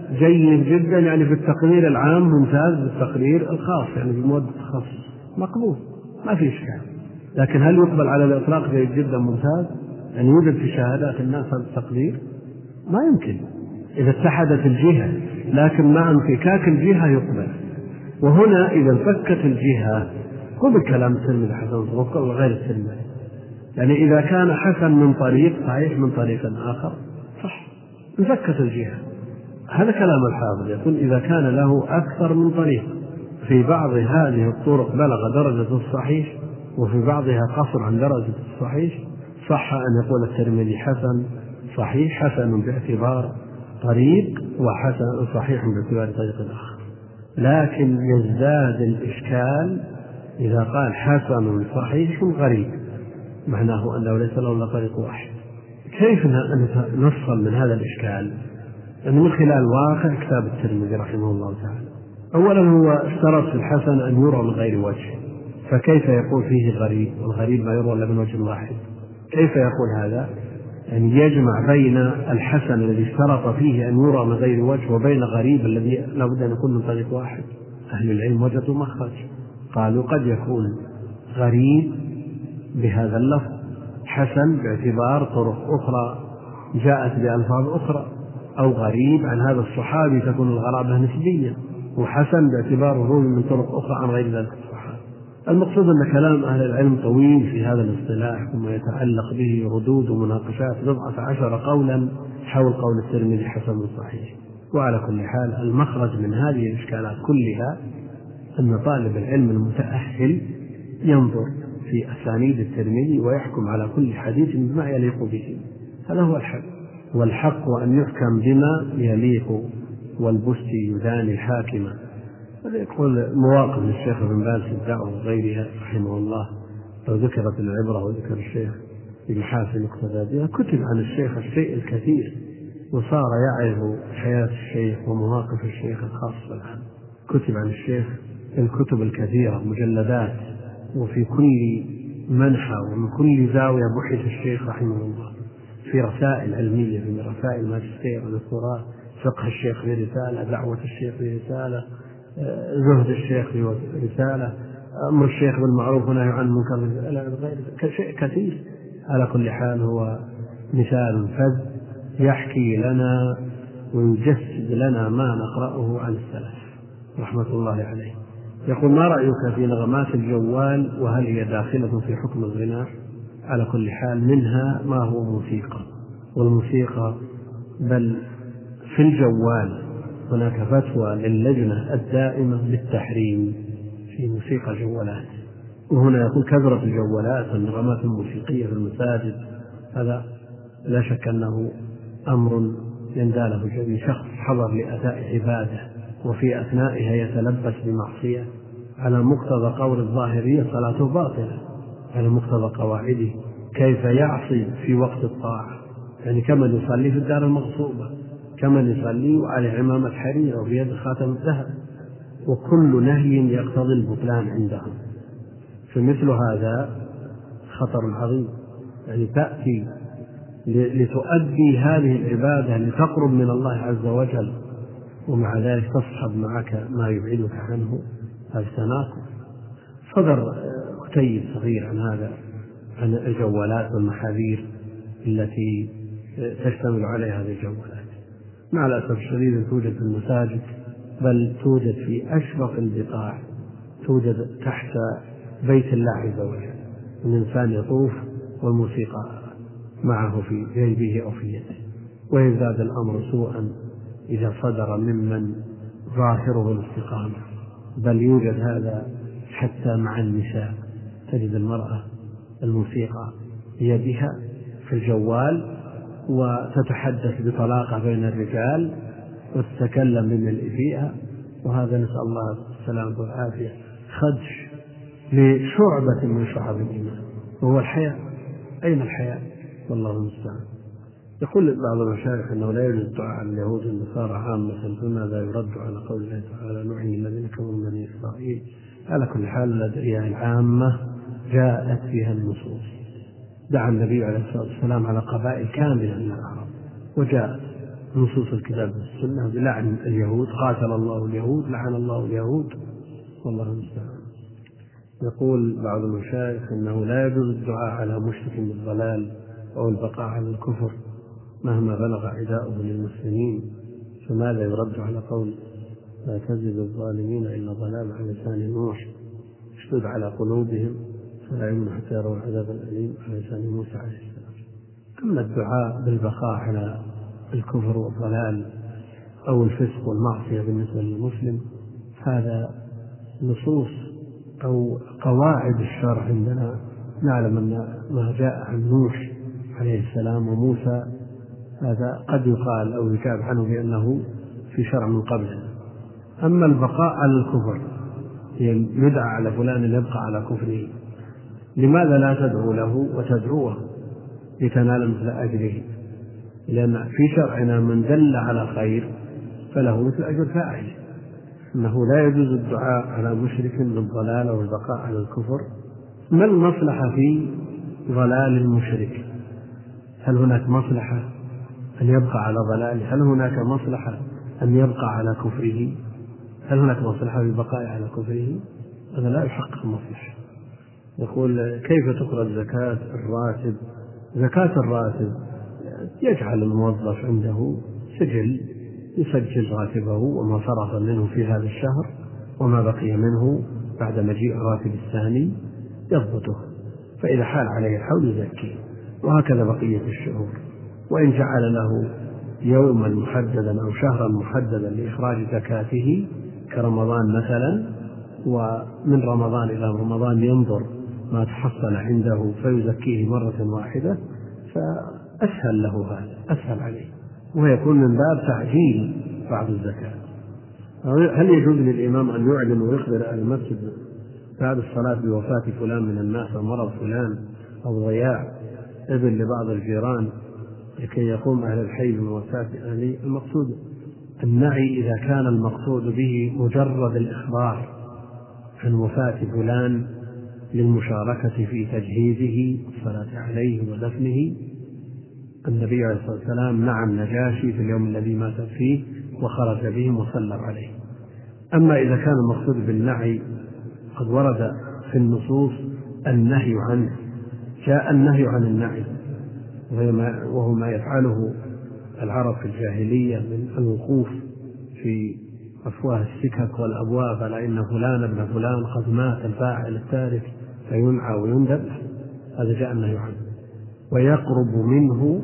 جيد جدا يعني في التقرير العام، ممتاز في التقرير الخاص يعني في مواد التخصص، مقبول ما في إشكال. لكن هل يقبل على الإطلاق جيد جدا ممتاز؟ يعني يوجد في شهادات الناس هذا التقدير؟ ما يمكن إذا اتحدت الجهة، لكن مع انفكاك الجهة يقبل. وهنا إذا انفكت الجهة قبل كلام الترمذي حسن وغير الترمذي، يعني إذا كان حسن من طريق صحيح من طريق آخر صح، انفكت الجهة. هذا كلام الحافظ، يقول إذا كان له أكثر من طريق، في بعض هذه الطرق بلغ درجة الصحيح وفي بعضها قصر عن درجة الصحيح، صح أن يقول الترمذي حسن صحيح، حسن باعتبار طريق وحسن صحيح باعتبار طريق آخر. لكن يزداد الإشكال إذا قال حسن صحيح غريب، معناه أنه ليس له إلا طريق واحد. كيف نفصل من هذا الإشكال؟ يعني من خلال واقع كتاب الترمذي رحمه الله تعالى. أولا هو اشترط في الحسن أن يرى من غير وجه، فكيف يقول فيه غريب؟ والغريب ما يروى إلا من وجه واحد. كيف يقول هذا؟ يعني يجمع بين الحسن الذي اشترط فيه أن يرى من غير وجه وبين غريب الذي لا بد أن يكون من طريق واحد. أهل العلم وجدوا مخرج، قالوا قد يكون غريب بهذا اللفظ، حسن باعتبار طرق أخرى جاءت بألفاظ أخرى، أو غريب عن هذا الصحابي تكون الغرابة نسبية، وحسن باعتبار روي من طرق أخرى عن غير ذلك الصحابي. المقصود أن كلام أهل العلم طويل في هذا الاصطلاح، ثم يتعلق به ردود ومناقشات 17 قولا حول قول الترمذي حسن صحيح. وعلى كل حال المخرج من هذه الإشكالات كلها أن طالب العلم المتأهل ينظر في أسانيد الترمذي ويحكم على كل حديث بما يليق به، هذا هو الحل. والحق أن يحكم بما يليق والبست يداني حاكما. يقول مواقف للشيخ ابن باز في الدعوة وغيرها رحمه الله لو ذكرت العبرة وذكر الشيخ بمحاسن اقتدى بها. كتب عن الشيخ الشيء الكثير، وصار يعرف حياة الشيخ ومواقف الشيخ الخاصة الآن. كتب عن الشيخ الكتب الكثيرة مجلدات، وفي كل منحى ومن كل زاوية بحث الشيخ رحمه الله، في رسائل علمية، في رسائل ماجستير ودكتوراه، فقه الشيخ في رسالة، دعوة الشيخ في رسالة، زهد الشيخ في رسالة، أمر الشيخ بالمعروف ونهي عن المنكر إلى غير شيء كثير. على كل حال هو مثال فذ يحكي لنا ويجسد لنا ما نقرأه عن السلف رحمة الله عليه. يقول: ما رأيك في نغمات الجوال وهل هي داخلة في حكم الغناء؟ على كل حال منها ما هو موسيقى، والموسيقى بل في الجوال هناك فتوى للجنة الدائمة بالتحريم في موسيقى الجوالات. وهنا يقول كثرة الجوالات والنغمات الموسيقية في المساجد هذا لا شك أنه أمر ينداله جميع شخص حضر لأداء عبادة وفي أثنائها يتلبس بمعصية، على مقتضى قول الظاهرية صلاته باطلة، على مقتضى قواعده كيف يعصي في وقت الطاعة، يعني كمن يصلي في الدار المغصوبة، كمن يصلي وعلى عمامة حرير وبيد خاتم الذهب، وكل نهي يقتضي البطلان عندهم. فمثل هذا خطر عظيم، يعني تأتي لتؤدي هذه العبادة لتقرب من الله عز وجل، ومع ذلك تصحب معك ما يبعدك عنه، هذا تناقض. صدر كتيب صغير عن هذا، عن الجوالات والمحاذير التي تشتمل عليها هذه الجوالات. مع الأسف الشديد توجد في المساجد، بل توجد في أشرف البقاع، توجد تحت بيت الله عز وجل. الإنسان يطوف والموسيقى معه في جيبه أو في يده. ويزداد الأمر سوءا إذا صدر ممن ظاهره الاستقامة، بل يوجد هذا حتى مع النساء. تجد المرأة الموسيقى بيدها في الجوال وتتحدث بطلاقة بين الرجال وتتكلم بملء فيها، وهذا نسأل الله السلامة والعافية خدش لشعبة من شعب الإيمان، وهو الحياء. أين الحياء؟ والله المستعان. يقول بعض المشايخ أنه لا يوجد دعاء على اليهود والنصارى عامة، فماذا يرد على قول الله تعالى: لعن الذين كفروا من بني إسرائيل؟ على كل حال الأدعية العامة جاءت فيها النصوص. دعا النبي عليه الصلاة والسلام على قبائل كاملة من العرب، وجاءت نصوص الكتاب والسنة بلعن اليهود: قاتل الله اليهود، لعن الله اليهود، والله المستعان. يقول بعض المشايخ أنه لا يجوز الدعاء على مشرك بالضلال أو البقاء على الكفر مهما بلغ عداؤه للمسلمين، فماذا يرد على قول: لا تزد الظالمين إلا ضلال على لسان نوح اشتد على قلوبهم فلا يؤمنون حتى يروا العذاب الأليم على لسان موسى عليه السلام؟ أما الدعاء بالبقاء على الكفر والضلال أو الفسق والمعصية بالنسبة للمسلم هذا نصوص أو قواعد الشرع عندنا. نعلم أن ما جاء عن نوح عليه السلام وموسى هذا قد يقال أو يجاب عنه بأنه في شرع من قبل. أما البقاء على الكفر يدعى على فلان يبقى على كفره، لماذا لا تدعو له وتدعوه لتنال مثل أجره؟ لأن في شرعنا من دل على خير فله مثل أجر فاعله. أنه لا يجوز الدعاء على مشرك بالضلال والبقاء على الكفر. ما المصلحة في ضلال المشرك؟ هل هناك مصلحة أن يبقى على ضلاله؟ هل هناك مصلحة أن يبقى على كفره؟ هل هناك مصلحة في البقاء على كفره؟ هذا لا يحقق مصلحة. يقول: كيف تخرج زكاة الراتب؟ زكاة الراتب يجعل الموظف عنده سجل يسجل راتبه وما صرف منه في هذا الشهر وما بقي منه بعد مجيء الراتب الثاني يضبطه، فإذا حال عليه الحول يزكيه، وهكذا بقية الشهور. وإن جعل له يوما محددا أو شهرا محددا لإخراج زكاته كرمضان مثلا، ومن رمضان إلى رمضان ينظر ما تحصل عنده فيزكيه مرة واحدة، أسهل له هذا، أسهل عليه، ويكون من باب تعجيل بعض الزكاة. هل يجوز للإمام أن يعلن ويخبر أهل المسجد بعد الصلاة بوفاة فلان من الناس أو مرض فلان أو ضياع ابن لبعض الجيران لكي يقوم أهل الحي بمواساة أهله؟ المقصود النعي إذا كان المقصود به مجرد الإخبار عن وفاة فلان للمشاركة في تجهيزه والصلاة عليه ودفنه. النبي عليه الصلاة والسلام نعى النجاشي في اليوم الذي مات فيه وخرج بهم وسلم عليه. أما إذا كان المقصود بالنعي قد ورد في النصوص النهي عنه، جاء النهي عن النعي وهو ما يفعله العرب في الجاهلية من الوقوف في أفواه السكك والأبواب على إن فلان ابن فلان قد مات الفاعل التارك فينعى ويندب، هذا جاء النهي عنه. ويقرب منه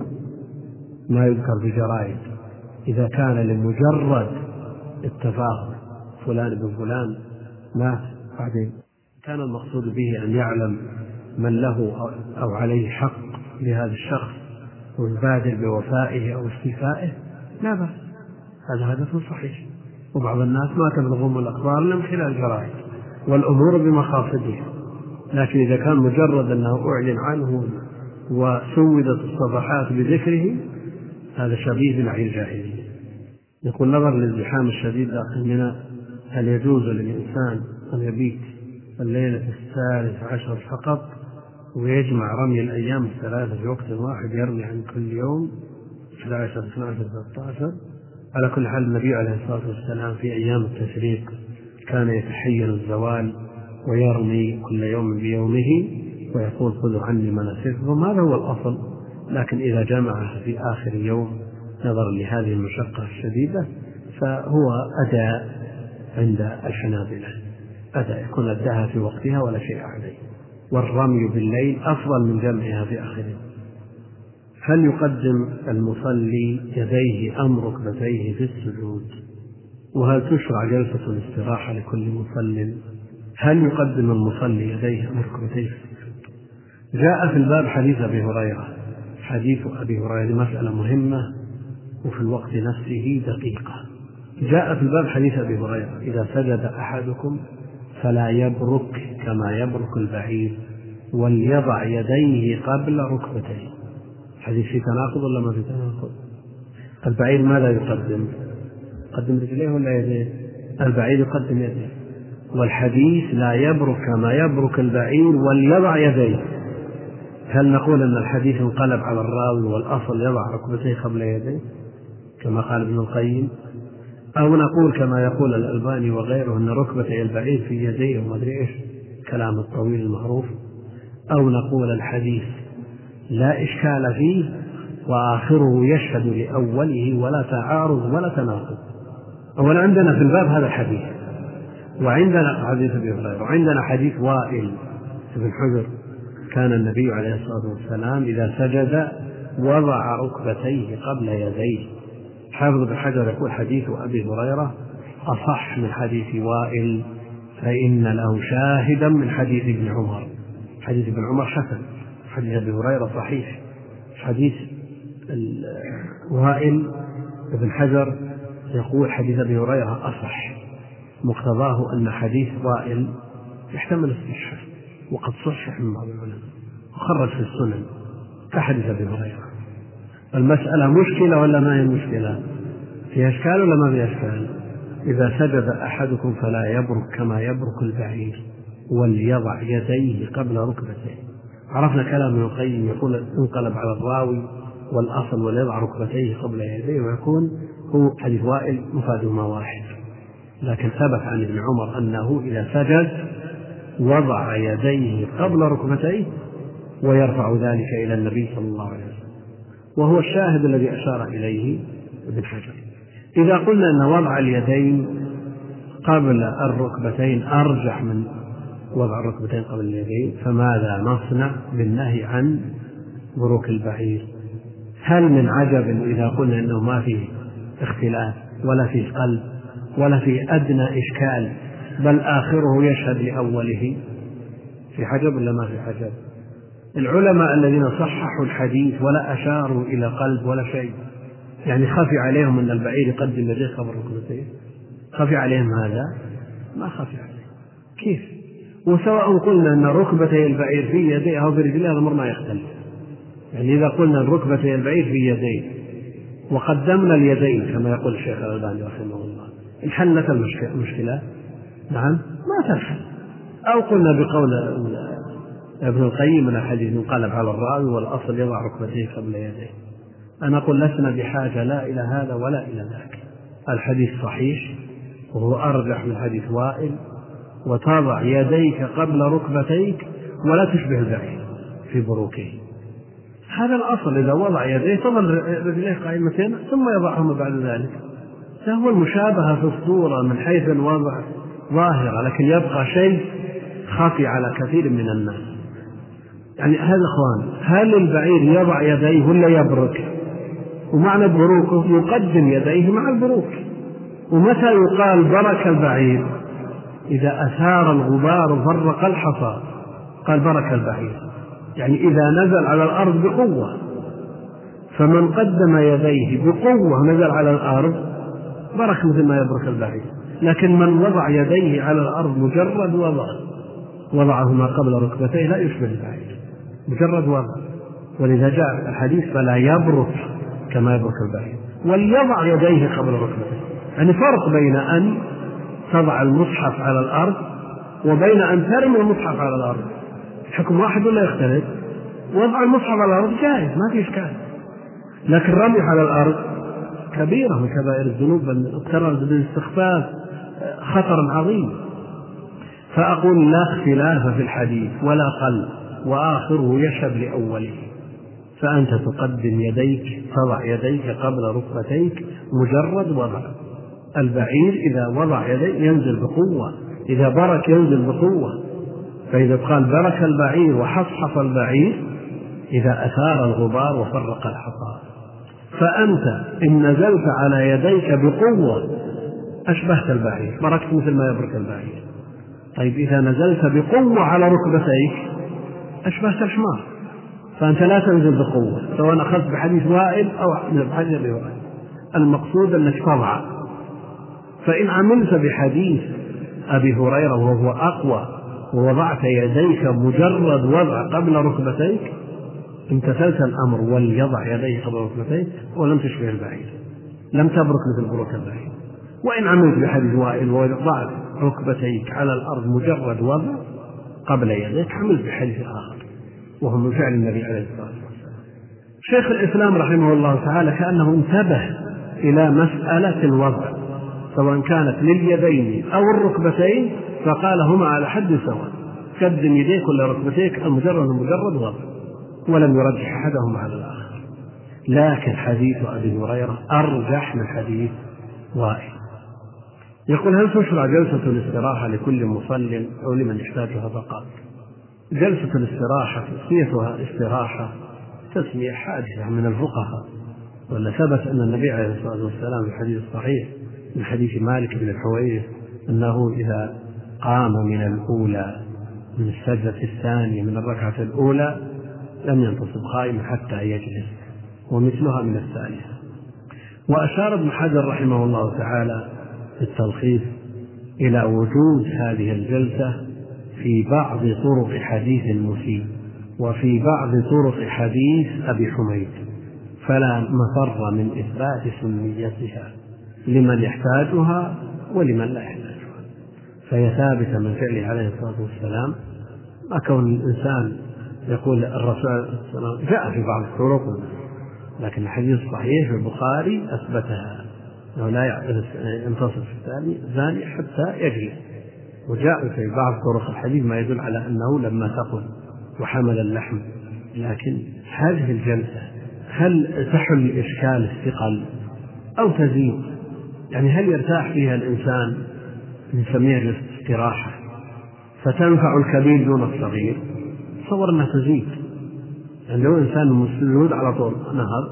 ما يذكر بجرائد إذا كان لمجرد التفاخر فلان ابن فلان مات، بعدين كان المقصود به أن يعلم من له أو عليه حق لهذا الشخص ويبادر بوفائه أو استيفائه، لا بأس، هذا هدف صحيح. وبعض الناس ما تبلغهم الأخبار إلا من خلال الجرائد والأمور بمقاصدها، لكن إذا كان مجرد أنه أعلن عنه وسودت الصفحات بذكره هذا شبيه بنعي الجاهلية. يقول نظر للزحام الشديد داخل منى هل يجوز للإنسان أن يبيت الليلة 13 فقط ويجمع رمي الأيام 3 في وقت واحد، يرمي عن كل يوم 11 12 13؟ على كل حال النبي عليه الصلاة والسلام في أيام التشريق كان يتحين الزوال ويرمي كل يوم بيومه ويقول خذوا عني مناسككم، هذا هو الأصل. لكن إذا جمعها في آخر يوم نظرا لهذه المشقة الشديدة فهو أداء عند الحنابلة، أداء يكون أداها في وقتها ولا شيء عليه، والرمي بالليل أفضل من جمعها في آخر يوم. هل يقدم المصلي يديه أم ركبتيه في السجود؟ وهل تشرع جلسة الاستراحة لكل مصل؟ هل يقدم المصلي يديه أم ركبتيه في السجود؟ جاء في الباب حديث أبي هريرة. حديث أبي هريرة مسألة مهمة وفي الوقت نفسه دقيقة. جاء في الباب حديث أبي هريرة إذا سجد أحدكم فلا يبرك كما يبرك البعير وليضع يديه قبل ركبتيه. حديث في تناقض ولا ما في تناقض؟ البعير ماذا يقدم؟ يقدم رجليه ولا يديه؟ البعير يقدم يديه، والحديث لا يبرك كما يبرك البعير وليضع يديه. هل نقول أن الحديث انقلب على الراوي والأصل يضع ركبتيه قبل يديه كما قال ابن القيم، أو نقول كما يقول الألباني وغيره أن ركبتي البعير في يديه وما أدري إيش كلام الطويل المعروف، أو نقول الحديث لا إشكال فيه وآخره يشهد لأوله ولا تعارض ولا تناقض. أولا عندنا في الباب هذا الحديث، وعندنا حديث أبي هريرة، وعندنا حديث وائل بن حجر كان النبي عليه الصلاة والسلام إذا سجد وضع ركبتيه قبل يديه. حافظ بن حجر يقول حديث أبي هريرة أصح من حديث وائل فإن له شاهدا من حديث ابن عمر. حديث ابن عمر حسن، حديث أبي هريرة صحيح. حديث وائل بن حجر يقول حديث أبي هريرة أصح، مقتضاه أن حديث وائل يحتمل الصحة وقد صحح من بعض العلماء وخرج في السنن كحديث أبي هريرة. المسألة مشكلة ولا ما هي مشكلة؟ فيها إشكال ولا ما فيها إشكال؟ إذا سجد أحدكم فلا يبرك كما يبرك البعير وليضع يديه قبل ركبتيه. عرفنا كلام ابن القيم يقول انقلب على الراوي والأصل وليضع ركبتيه قبل يديه، ويكون هو حديث وائل مفادهما واحد. لكن ثبت عن ابن عمر أنه إذا سجد وضع يديه قبل ركبتيه ويرفع ذلك إلى النبي صلى الله عليه وسلم، وهو الشاهد الذي أشار إليه ابن حجر. إذا قلنا أن وضع اليدين قبل الركبتين أرجح من وضع الركبتين قبل اليدين، فماذا نصنع بالنهي عن بروك البعير؟ هل من عجب إذا قلنا أنه ما فيه اختلاف ولا فيه قلب ولا فيه أدنى إشكال بل آخره يشهد لأوله؟ في حجب ولا ما في حجب؟ العلماء الذين صححوا الحديث ولا أشاروا إلى قلب ولا شيء، يعني خفي عليهم أن البعير يقدم يديه قبل ركبتيه؟ خفي عليهم هذا؟ ما خفي عليهم. كيف؟ وسواء قلنا أن ركبتي البعير في يديه أو في رجليه هذا الأمر ما يختلف. يعني إذا قلنا أن ركبتي البعير في يديه وقدمنا اليدين كما يقول الشيخ الألباني رحمه الله، انحلت المشكلة؟ نعم ما تنحل. أو قلنا بقول ابن القيم من الحديث ينقلب على الراوي والأصل يضع ركبتيه قبل يديه. أنا أقول لسنا بحاجة لا إلى هذا ولا إلى ذاك. الحديث صحيح وهو أرجح من حديث وائل، وتضع يديك قبل ركبتيك ولا تشبه البعير في بروكه. هذا الأصل، إذا وضع يديه تظل رجليه قائمتين ثم يضعهما بعد ذلك. فهو المشابهة في الصورة من حيث الوضع ظاهرة، لكن يبقى شيء خفي على كثير من الناس. يعني هذا إخوان، هل البعير يضع يديه ولا يبرك؟ ومعنى بروكه يقدم يديه مع البروك. ومتى يقال برك البعير؟ إذا أثار الغبار وفرق الحصى قال برك البعير، يعني إذا نزل على الأرض بقوة. فمن قدم يديه بقوة نزل على الأرض برك مثل ما يبرك البعير. لكن من وضع يديه على الأرض مجرد وضعهما قبل ركبتيه لا يشبه البعير، مجرد وضع. ولذا جاء الحديث فلا يبرك كما يبرك البعير، وليضع يديه قبل ركبتيه. يعني فرق بين أن تضع المصحف على الأرض وبين أن ترمي المصحف على الأرض. حكم واحد ولا يختلف؟ وضع المصحف على الأرض جائز ما في إشكال، لكن الرمي على الأرض كبيرة من كبائر الذنوب، بل اقترنت بالاستخفاف خطر عظيم. فأقول لا اختلاف في الحديث ولا قل، وآخره يشهد لأوله. فأنت تقدم يديك، تضع يديك قبل ركبتيك مجرد وضع. البعير إذا وضع يديه ينزل بقوة، إذا برك ينزل بقوة. فإذا قال برك البعير وحصحص البعير إذا أثار الغبار وفرق الحصى. فأنت إن نزلت على يديك بقوة أشبهت البعير، بركت مثل ما يبرك البعير. طيب إذا نزلت بقوة على ركبتيك أشبهت الحمار. فأنت لا تنزل بقوة، سواء أخذت بحديث وائل أو بحديث وائل. المقصود أنك تضع. فإن عملت بحديث أبي هريرة وهو أقوى ووضعت يديك مجرد وضع قبل ركبتيك امتثلت الأمر وليضع يديه قبل ركبتيك ولم تشبه البعير، لم تبرك مثل بروك البعير. وإن عملت بحديث وائل ووضعت ركبتيك على الأرض مجرد وضع قبل يديك عملت بحديث آخر وهو من فعل النبي عليه الصلاة والسلام. شيخ الإسلام رحمه الله تعالى كأنه انتبه إلى مسألة الوضع سواء كانت لليدين أو الركبتين، فقال هما على حد سواء، قدم يديك ولا ركبتيك مجرد وضع، ولم يرجح أحدهما على الآخر. لكن حديث أبي هريرة أرجح من حديث وائل. يقول هل تشرع جلسة الاستراحة لكل مصل أو لمن يحتاجها فقط؟ جلسة الاستراحة تسميتها استراحة تسمية حادثة من الفقهاء، ولا ثبت أن النبي عليه الصلاة والسلام في الحديث الصحيح من حديث مالك بن الحويرث أنه إذا قام من الأولى من السجدة الثانية من الركعة الأولى لم ينتصب قائما حتى يجلس، ومثلها من الثالثة. وأشار ابن حجر رحمه الله تعالى في التلخيص إلى وجود هذه الجلسة في بعض طرق حديث المسيء وفي بعض طرق حديث أبي حميد، فلا مفر من إثبات سنيتها لمن يحتاجها ولمن لا يحتاجها. فهي ثابتة من فعله عليه الصلاة والسلام، ما كون الإنسان يقول الرسول جاء في بعض الطرق، لكن الحديث الصحيح في البخاري أثبتها أنه لا ينتصر في الثاني حتى يجلس. وجاء في بعض طرق الحديث ما يدل على أنه لما ثقل وحمل اللحم. لكن هذه الجلسة هل تحل إشكال الثقل أو تزيد؟ يعني هل يرتاح فيها الإنسان نسميها الاستراحة فتنفع الكبير دون الصغير؟ تصور أنها تزيد. يعني لو إنسان مسجود على طول نهر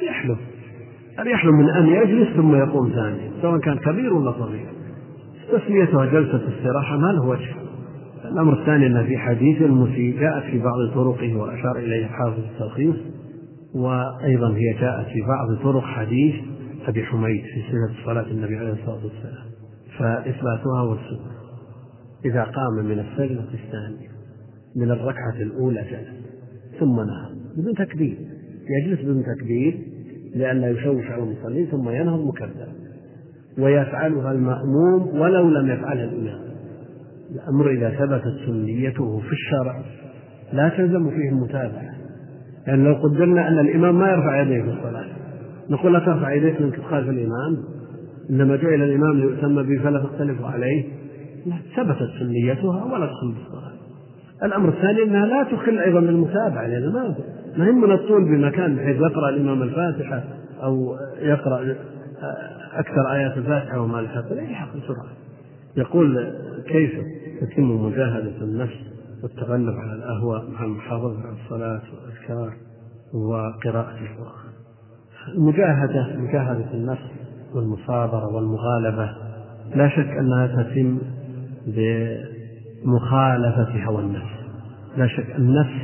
هل يحلم من أن يجلس ثم يقوم ثاني سواء كان كبير ولا صغير؟ تسميتها جلسة استراحة ما له وجه. الأمر الثاني أن في حديث المسيء جاءت في بعض طرقه وأشار إليه حافظ التلخيص، وأيضا هي جاءت في بعض طرق حديث أبي حميد في صفة صلاة النبي عليه الصلاة والسلام، فإثباتها والسنة. إذا قام من السجدة الثانية من الركعة الأولى جلس ثم نهض بدون تكبير، يجلس بدون تكبير لئلا يشوش على المصلين، ثم ينهض مكبرا، ويفعلها المأموم ولو لم يفعلها الإمام. الأمر إذا ثبتت سنيته في الشرع لا تلزم فيه المتابعة، يعني لو قدرنا أن الإمام ما يرفع يديه في الصلاة نقول لا ترفع يديك من تخالف الإمام، إنما جعل الإمام ليؤتم به فلا تختلف عليه، لا، ثبتت سنيتها ولا تدخل بالصلاة. الأمر الثاني أنها لا تخل أيضا بالمتابعة، لأن ما يهمنا الطول بمكان بحيث يقرأ الإمام الفاتحة أو يقرأ أكثر آيات الفاتحة وما لحق لا يلحق بسرعة. يقول كيف تتم مجاهدة النفس والتغلب على الأهواء مع المحافظة على الصلاة والأذكار وقراءة القرآن؟ مجاهدة النفس والمصابرة والمغالبة لا شك أنها تتم بمخالفة هوى النفس. لا شك النفس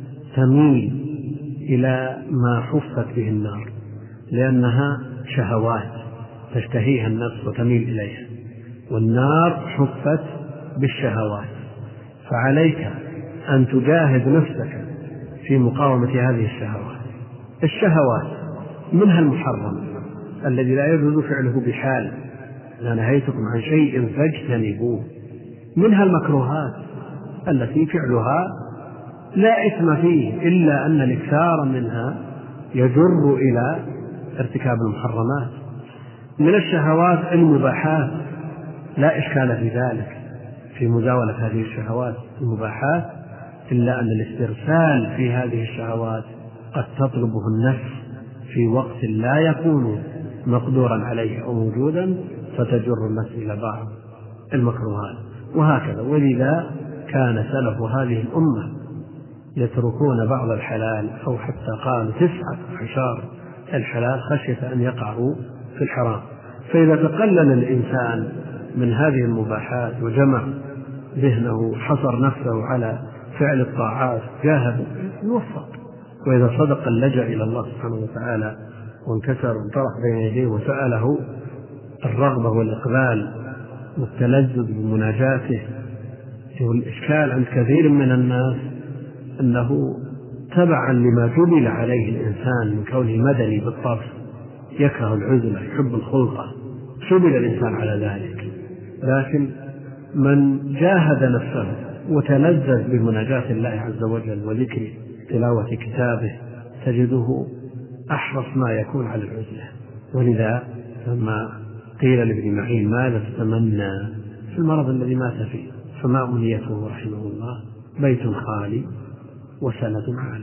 تميل إلى ما حفت به النار، لأنها شهوات تشتهيها النفس وتميل إليها، والنار حفت بالشهوات، فعليك أن تجاهد نفسك في مقاومة هذه الشهوات. الشهوات منها المحرم الذي لا يجوز فعله بحال، إذا نهيتكم عن شيء فاجتنبوه. منها المكروهات التي فعلها لا إثم فيه، إلا أن الإكثار منها يجر إلى ارتكاب المحرمات. من الشهوات المباحات، لا إشكال في ذلك في مزاولة هذه الشهوات المباحات، إلا أن الاسترسال في هذه الشهوات قد تطلبه النفس في وقت لا يكون مقدورا عليه أو موجودا، فتجر النفس إلى بعض المكروهات. وهكذا، ولذا كان سلف هذه الأمة يتركون بعض الحلال، أو حتى قالوا 19 الحلال خشية أن يقعوا في الحرام. فإذا تقلل الإنسان من هذه المباحات وجمع ذهنه حصر نفسه على فعل الطاعات جاهد يوفق. وإذا صدق اللجأ إلى الله سبحانه وتعالى وانكسر وانطرح بين يديه وسأله الرغبة والإقبال والتلذذ بمناجاته. والإشكال عند كثير من الناس أنه تبعا لما جبل عليه الإنسان من كونه مدني بالطبع، يكره العزلة يحب الخلطة، جبل الإنسان على ذلك. لكن من جاهد نفسه وتلذذ بمناجاة الله عز وجل وذكر تلاوة كتابه تجده أحرص ما يكون على العزلة. ولذا لما قيل لابن معين ماذا تتمنى في المرض الذي مات فيه، فما أمنيته رحمه الله بيت خالي وسند عالم.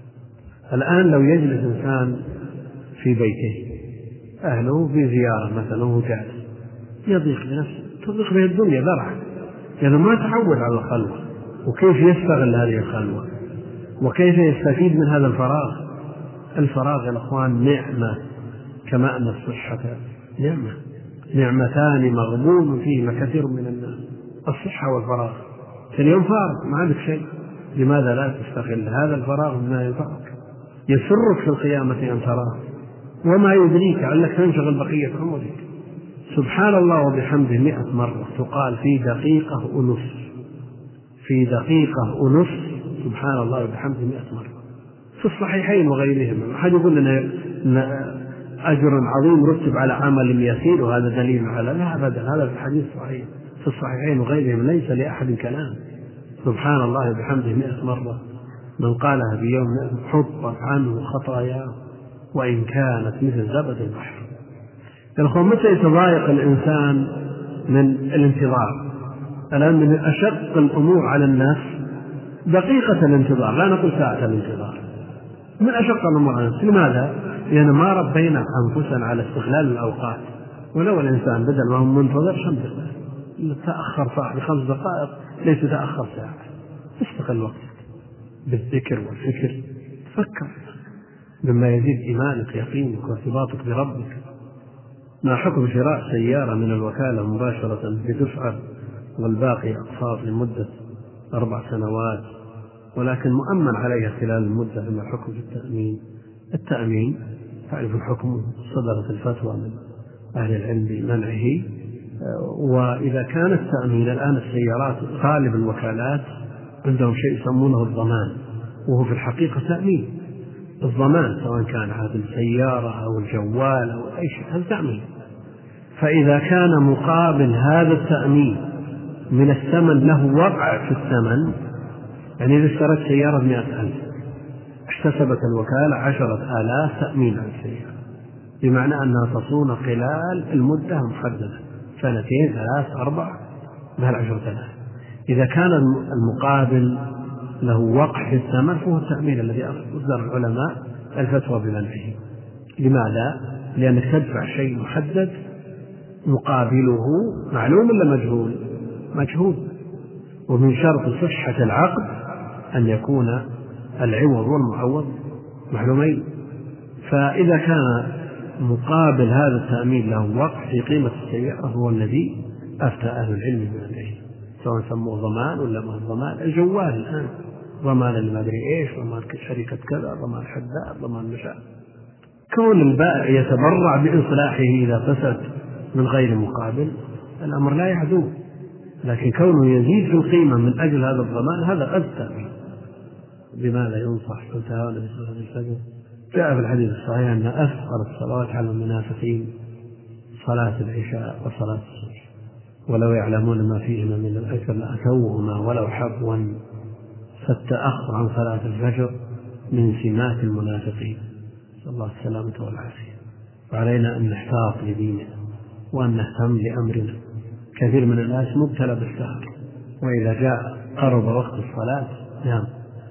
الآن لو يجلس إنسان في بيته أهله في زيارة مثلا وهو جالس يضيق بنفسه، تضيق به الدنيا ذرعا، لأنه ما تعود على الخلوة، وكيف يستغل هذه الخلوة وكيف يستفيد من هذا الفراغ. الفراغ يا أخوان نعمة، كما أن الصحة نعمة، نعمتان مغبون فيهما كثير من الناس، الصحة والفراغ. في اليوم فارغ ما عندك شيء، لماذا لا تستغل هذا الفراغ بما ينفعك؟ يسرك في القيامة أن تراه، وما يدريك لعلك تنشغل بقية عمرك. سبحان الله وبحمده 100 مرة تقال في دقيقة ونصف، في دقيقة ونصف سبحان الله وبحمده 100 مرة في الصحيحين وغيرهما. أحد يقول لنا أجر عظيم رتب على عمل يسير وهذا دليل على لا أبدا، هذا في الحديث صحيح في الصحيحين وغيرهم، ليس لأحد كلام. سبحان الله وبحمده 100 مرة من قالها في يوم حطت عنه خطاياه وإن كانت مثل زبد البحر. الأخوة متى يتضايق الإنسان من الانتظار؟ الآن من أشق الأمور على الناس دقيقة الانتظار، لا نقول ساعة الانتظار، من أشق الأمور على الناس. لماذا؟ لأن ما ربينا أنفسنا على استغلال الأوقات. ولو الإنسان بدل ما هو منتظر 5 دقائق تأخر صاحب 5 دقائق ليس تأخر ساعة، استغل وقتك بالذكر والفكر، تفكر بما يزيد إيمانك يقينك وارتباطك بربك. ما حكم شراء سيارة من الوكالة مباشرة بدفعة والباقي أقساط لمدة 4 سنوات، ولكن مؤمن عليها خلال المدة. أما الحكم في التأمين تعرف الحكم، صدرت الفتوى من أهل العلم بمنعه. وإذا كان التأمين الآن السيارات غالب الوكالات عندهم شيء يسمونه الضمان، وهو في الحقيقة تأمين. الضمان سواء كان هذه السيارة أو الجوال أو أي شيء هذا تأمين. فإذا كان مقابل هذا التأمين من الثمن له وقع في الثمن، يعني إذا اشترت سيارة 100,000 احتسبت الوكالة 10,000 تأمين على السيارة، بمعنى أنها تصون خلال المدة المحددة 2 3 4 بها 10,000. إذا كان المقابل له وقع في الثمن فهو التأمين الذي أصدر العلماء الفتوى بمنعه. لماذا؟ لأنك تدفع شيء محدد مقابله معلوم ولا مجهول؟ مجهول. ومن شرط صحة العقد أن يكون العوض والمعوض معلومين. فإذا كان مقابل هذا التأمين له وقع في قيمة السيارة هو الذي أفتى أهل العلم بمنعه، سواء سموه ضمان ولا ما هو ضمان. الجوال الآن ضمان اللي ما أدري إيش، ضمان شركة كذا، ضمان حداد، ضمان مشاء. كون البائع يتبرع بإصلاحه إذا فسد من غير مقابل الأمر لا يعدو، لكن كونه يزيد في القيمة من أجل هذا الضمان هذا التأمين. بماذا ينصح؟ قلت هذا بصلاة الفجر. جاء في الحديث الصحيح أن أثقل الصلوات على المنافقين صلاة العشاء وصلاة الصبح، ولو يعلمون ما فيهما من الأجر لأتوهما ولو حبوا. فالتأخر عن صلاة الفجر من سمات المنافقين، نسأل الله السلامة والعافية. وعلينا أن نحتاط لديننا وأن نهتم لأمرنا. كثير من الناس مبتلى بالسهر، وإذا جاء قرب وقت الصلاة نام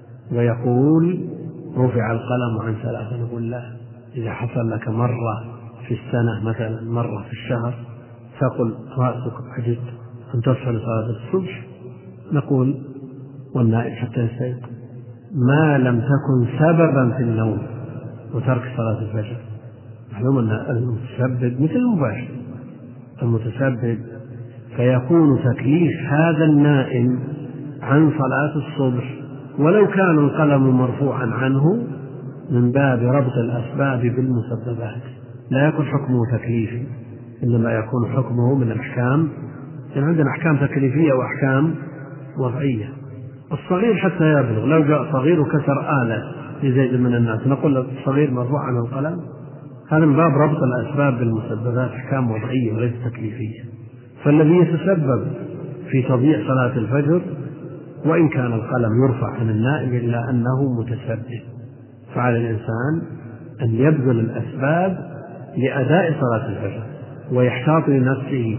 ويقول رفع القلم عن 3. نقول لا، إذا حصل لك مرة في السنة مثلا، مرة في الشهر، فقل رأسك عجزت أن تصل صلاة الصبح، نقول والنائم حتى يستيقظ ما لم تكن سببا في النوم وترك صلاة الفجر. معلوم أن المتسبب مثل المباشر، المتسبب فيكون تكليف هذا النائم عن صلاة الصبح ولو كان القلم مرفوعا عنه من باب ربط الأسباب بالمسببات، لا يكون حكمه تكليفي، إنما يكون حكمه من الأحكام. يعني عندنا أحكام تكليفية وأحكام وضعية. الصغير حتى يبلغ، لو جاء صغير وكسر آلة لزيد من الناس نقول الصغير مرفوع عن القلم، هذا من باب ربط الأسباب بالمسببات، أحكام وضعية وليس تكليفية. فالذي يتسبب في تضييع صلاة الفجر وإن كان القلم يرفع عن النائم إلا أنه متسبب، فعلى الإنسان أن يبذل الأسباب لأداء صلاة الفجر ويحتاط لنفسه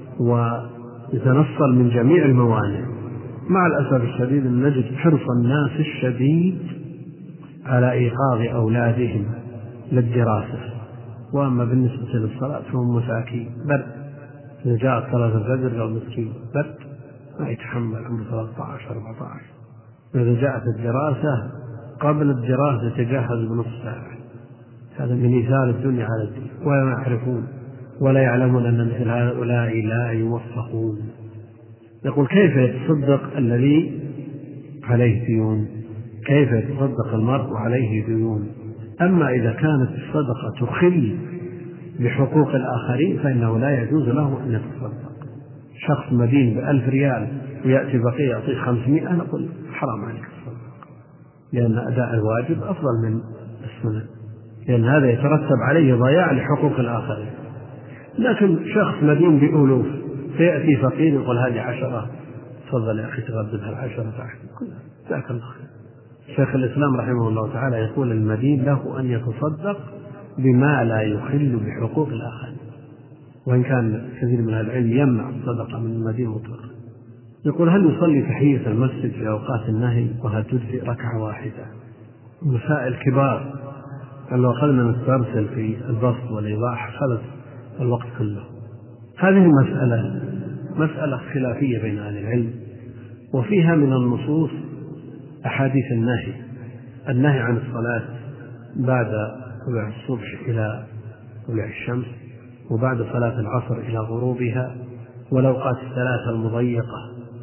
ويتنصل من جميع الموانع. مع الأسف الشديد نجد حرص الناس الشديد على إيقاظ أولادهم للدراسة، وأما بالنسبة للصلاة فهم مساكين برد. إذا جاءت صلاة الفجر قال مسكين برد ما يتحمل، عمره 13 14. إذا جاءت الدراسة قبل الدراسة يتجهز بنصف ساعة. هذا من إيثار الدنيا على الدين، ولا يعرفون ولا يعلمون أن مثل هؤلاء لا يوفقون. يقول كيف يتصدق الذي عليه ديون؟ كيف يتصدق المرء عليه ديون؟ أما إذا كانت الصدقة تخل بحقوق الآخرين فإنه لا يجوز له أن يتصدق. شخص مدين ب1000 ريال ويأتي بقية يعطيه 500، نقول حرام عليك الصدق، لأن أداء الواجب أفضل من السنة، لأن هذا يترتب عليه ضياع لحقوق الآخرين. لكن شخص مدين بألوف فيأتي فقير يقول هذه 10، تفضل يا أخي تغددها 10 ذاك الله خير. شيخ الإسلام رحمه الله تعالى يقول المدين له أن يتصدق بما لا يخل بحقوق الآخرين، وإن كان كثير من العلم يمنع الصدقة من المدين مطلقا. يقول هل يصلي تحية المسجد في أوقات النهي وهل تجزئ ركعة واحدة؟ مسائل كبار، لو أخذنا نسترسل في البسط والإيضاح خلص الوقت كله. هذه مسألة خلافية بين أهل العلم، وفيها من النصوص أحاديث النهي عن الصلاة بعد طلوع الصبح إلى طلوع الشمس، وبعد صلاة العصر إلى غروبها، والأوقات الثلاثة المضيقة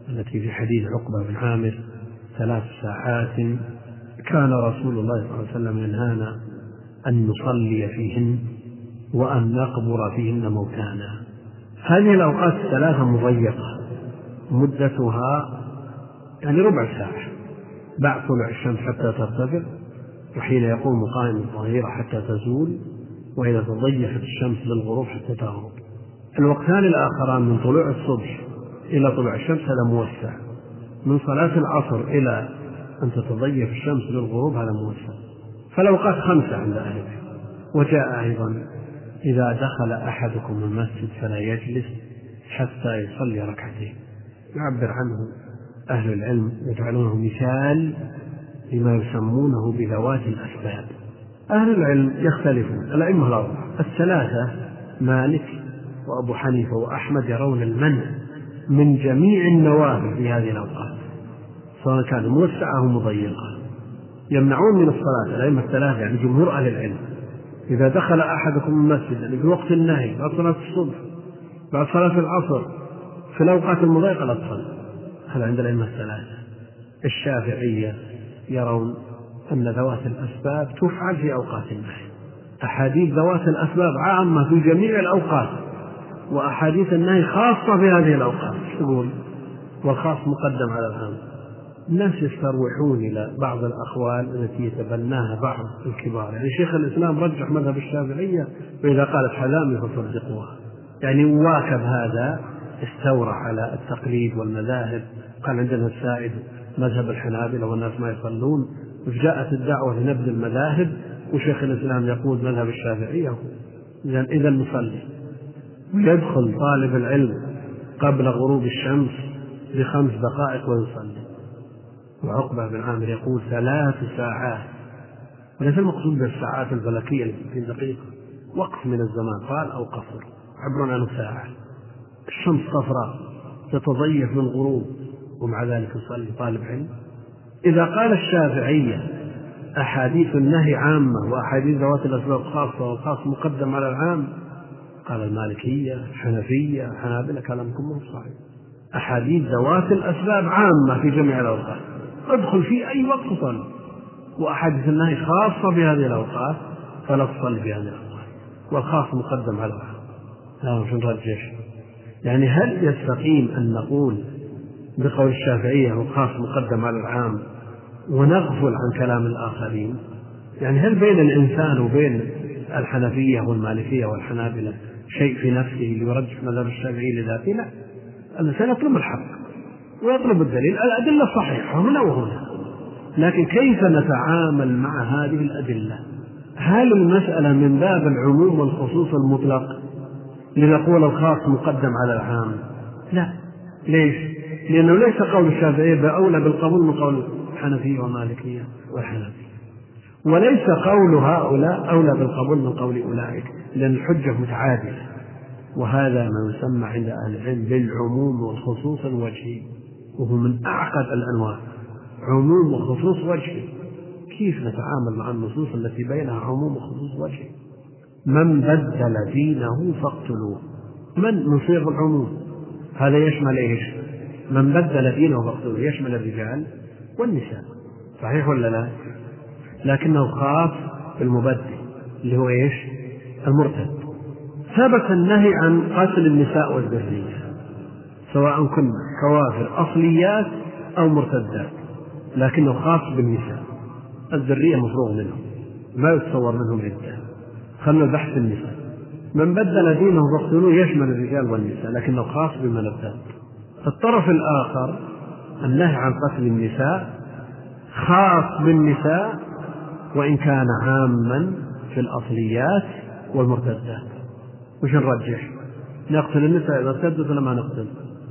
التي في حديث عقبة بن عامر 3 ساعات كان رسول الله صلى الله عليه وسلم ينهانا أن نصلي فيهن وأن نقبر فيهن موتانا. هذه الأوقات 3 مضيقة مدتها يعني ربع ساعة بعد طلوع الشمس حتى ترتفع، وحين يقوم قائم الظهيرة حتى تزول، وإذا تضيفت الشمس للغروب حتى تغرب. الوقتان الآخران من طلوع الصبح إلى طلوع الشمس هذا موسع، من صلاة العصر إلى أن تتضيف الشمس للغروب هذا موسع. فالأوقات 5 عند أهل العلم. وجاء أيضا إذا دخل أحدكم المسجد فلا يجلس حتى يصلي ركعتين، يعبر عنه أهل العلم يجعلونه مثال لما يسمونه بذوات الأسباب. أهل العلم يختلفون، الأئمة الأربعة الثلاثة مالك وأبو حنيفة وأحمد يرون المنع من جميع النوافل في هذه الأوقات سواء كان موسعة أو مضيقة، يمنعون من الصلاة. الأئمة الثلاثة يعني جمهور أهل العلم إذا دخل أحدكم المسجد يعني في وقت النهي بعد صلاة الصبح بعد صلاة العصر في الأوقات المضيقة لا تصلي. هذا عند الأئمة الثلاثة. الشافعية يرون أن ذوات الأسباب تفعل في أوقات النهي. أحاديث ذوات الأسباب عامة في جميع الأوقات، وأحاديث النهي خاصة في هذه الأوقات. تقول والخاص مقدم على العام. الناس يستروحون إلى بعض الأقوال التي يتبناها بعض الكبار، يعني شيخ الإسلام رجح مذهب الشافعية، وإذا قالت حلامي فصدقوها، يعني واكب هذا استورى على التقليد والمذاهب. قال عندنا السائد مذهب الحنابلة والناس ما يصلون، وجاءت الدعوة لنبذ المذاهب وشيخ الإسلام يقول مذهب الشافعية، إذا نصلي. ويدخل طالب العلم قبل غروب الشمس ب5 دقائق ويصلي. وعقبة بن عامر يقول 3 ساعات، وليس المقصود بالساعات الفلكية 30 دقيقة، وقت من الزمان قال أو قصر، عبر عنه ساعة. الشمس صفراء تتضيف من غروب ومع ذلك يصلي طالب علم. إذا قال الشافعية أحاديث النهي عامة وأحاديث ذوات الأسباب خاصة والخاص مقدم على العام، قال المالكية الحنفية الحنابلة كلامكم مو صحيح. أحاديث ذوات الأسباب عامة في جميع الأوقات، ادخل في أي وقت صل، وأحاديث النهي خاصة بهذه الأوقات فلا تصل في هذه الأوقات، والخاص مقدم على العام. لا شو نرجح؟ يعني هل يستقيم أن نقول بقول الشافعية والخاص مقدم على العام ونغفل عن كلام الآخرين؟ يعني هل بين الإنسان وبين الحنفية والمالكية والحنابلة شيء في نفسه ليرجح مذهب الشافعي لذاته؟ لا، الإنسان يطلب الحق ويطلب الدليل، الأدلة صحيحة هنا وهنا، لكن كيف نتعامل مع هذه الأدلة؟ هل المسألة من باب العموم والخصوص المطلق لنقول الخاص مقدم على العام؟ لا. ليش؟ لأنه ليس قول الشافعية بأولى بالقبول من قول الحنفية والمالكية والحنابلة، وليس قول هؤلاء أولى بالقبول من قول أولئك، لأن الحجة متعادلة. وهذا ما يسمى عند أهل العلم بالعموم والخصوص الوجهي، وهو من أعقد الأنواع، عموم وخصوص وجهي. كيف نتعامل مع النصوص التي بينها عموم وخصوص وجهي؟ من بدل دينه فاقتلوه، من نصيغ العموم، هذا يشمل إيش؟ من بدل دينه فاقتلوه يشمل الرجال والنساء، صحيح ولا لا؟ لكنه خاص بالمبدل اللي هو إيش؟ المرتد. ثبت النهي عن قتل النساء والذرية سواء كن كوافر أصليات أو مرتدات، لكنه خاص بالنساء. الذرية مفروغ منهم، ما يتصور منهم عدة. خلنا البحث النساء، من بدل دينه فاقتلوه يشمل الرجال والنساء، لكنه خاص بمن ارتد. الطرف الآخر النهي عن قتل النساء خاص بالنساء وإن كان عاما في الأصليات والمرتدات. وش نرجح؟ نقتل النساء إذا ارتدت ولا ما نقتل؟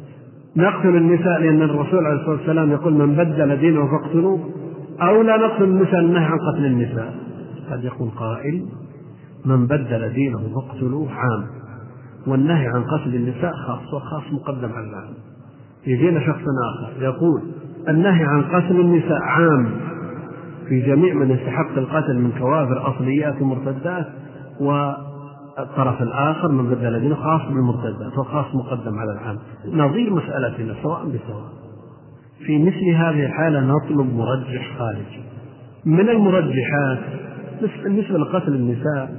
نقتل النساء لأن الرسول عليه الصلاة والسلام يقول من بدل دينه فاقتلوه، أو لا نقتل النساء النهي عن قتل النساء؟ قد يكون قائل من بدل دينه فاقتلوه عام، والنهي عن قتل النساء خاص، وخاص مقدم على العام. يجينا شخص آخر يقول النهي عن قتل النساء عام في جميع من يستحق القتل من كوافر أصليات ومرتدات، والطرف الآخر من بدل دينه خاص بالمرتدات وخاص مقدم على العام. نظير مسألتنا سواء بسواء. في مثل هذه الحالة نطلب مرجح خارجي. من المرجحات بالنسبة لقتل النساء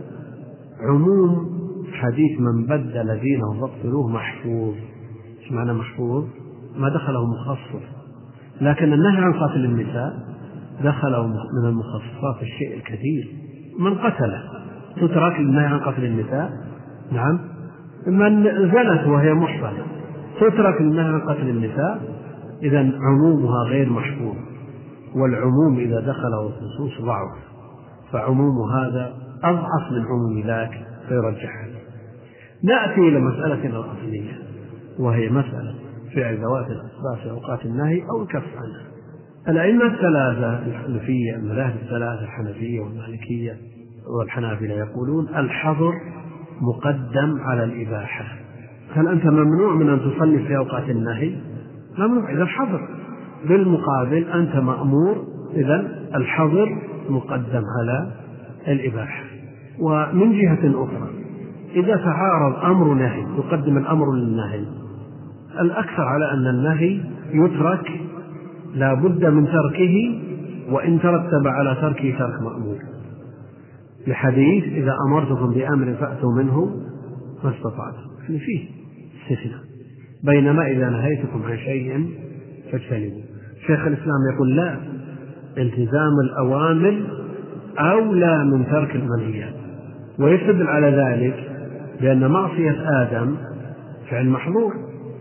عموم حديث من بدل دينه فاقتلوه محفوظ. ايش معنى محفوظ؟ ما دخله مخصص، لكن النهي عن قتل النساء دخله من المخصصات الشيء الكثير. من قتله تترك النهي عن قتل النساء، نعم. من زنت وهي محصنة تترك النهي عن قتل النساء. إذن عمومها غير محفوظ، والعموم إذا دخله الخصوص ضعف، فعموم هذا أضعف من عموم ذاك فيرجح. نأتي إلى مسألة الأصلية، وهي مسألة فعل ذوات الأسباب في أوقات النهي أو الكف عنها. الأئمة الثلاثة الحنفية، المذاهب الثلاثة الحنفية والمالكية والحنابلة يقولون الحظر مقدم على الإباحة. هل أنت ممنوع من أن تصلي في أوقات النهي؟ ممنوع، إذا الحظر. بالمقابل أنت مأمور، إذا الحظر مقدم على الإباحة. ومن جهة أخرى إذا تعارض أمر نهي يقدم الأمر للنهي، الأكثر على أن النهي يترك لا بد من تركه، وإن ترتب على تركه ترك مأمور، لحديث إذا أمرتكم بأمر فأتوا منه ما استطعتم، فيه استثناء. بينما إذا نهيتكم عن شيء فاجتنبوه. شيخ الإسلام يقول لا، التزام الأوامر أولى من ترك المنهيات، ويستدل على ذلك بأن معصية آدم فعل محظور،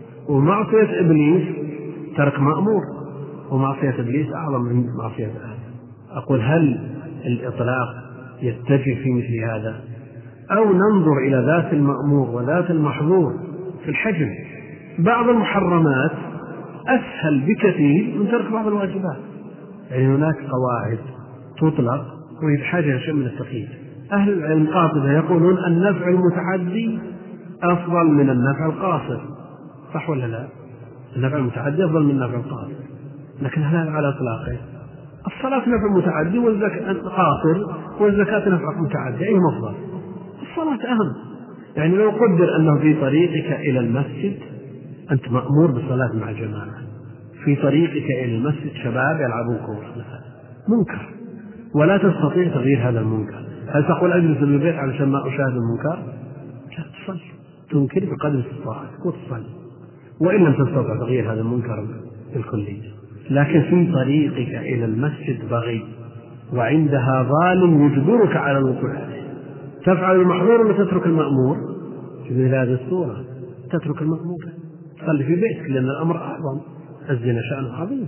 ومعصية إبليس ترك مأمور، ومعصية إبليس أعظم من معصية آدم. أقول هل الإطلاق يتجه في مثل هذا، أو ننظر إلى ذات المأمور وذات المحظور في الحجم؟ بعض المحرمات أسهل بكثير من ترك بعض الواجبات. يعني هناك قواعد تطلق وهي بحاجة شيء من التقييد. أهل العلم قاطبة يقولون النفع المتعدي أفضل من النفع القاصر، صح ولا لا؟ النفع المتعدي أفضل من النفع القاصر، لكن هذا على إطلاقه. الصلاة نفع متعدي والزكاة قاصر، والزكاة نفع متعدي، أي أفضل؟ الصلاة أهم. يعني لو قدر أنه في طريقك إلى المسجد أنت مأمور بالصلاة مع جماعة، في طريقك إلى المسجد شباب يلعبون كورة مثلا، منكر ولا تستطيع تغيير هذا المنكر، هل تقول أجلس في البيت علشان ما أشاهد المنكر؟ لا، تصلي، تنكر بقدر استطاعتك وتصلي، وإن لم تستطع تغيير هذا المنكر بالكلية. لكن في طريقك إلى المسجد بغي، وعندها ظالم يجبرك على الوقوع عليه، تفعل المحظور ولا تترك المأمور؟ في هذه الصورة تترك المأمور، تصلي في بيتك، لأن الأمر أعظم، الزنا شأن عظيم.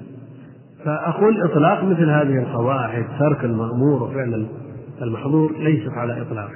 فأقول إطلاق مثل هذه القواعد ترك المأمور وفعل المحظور ليست على إطلاقه،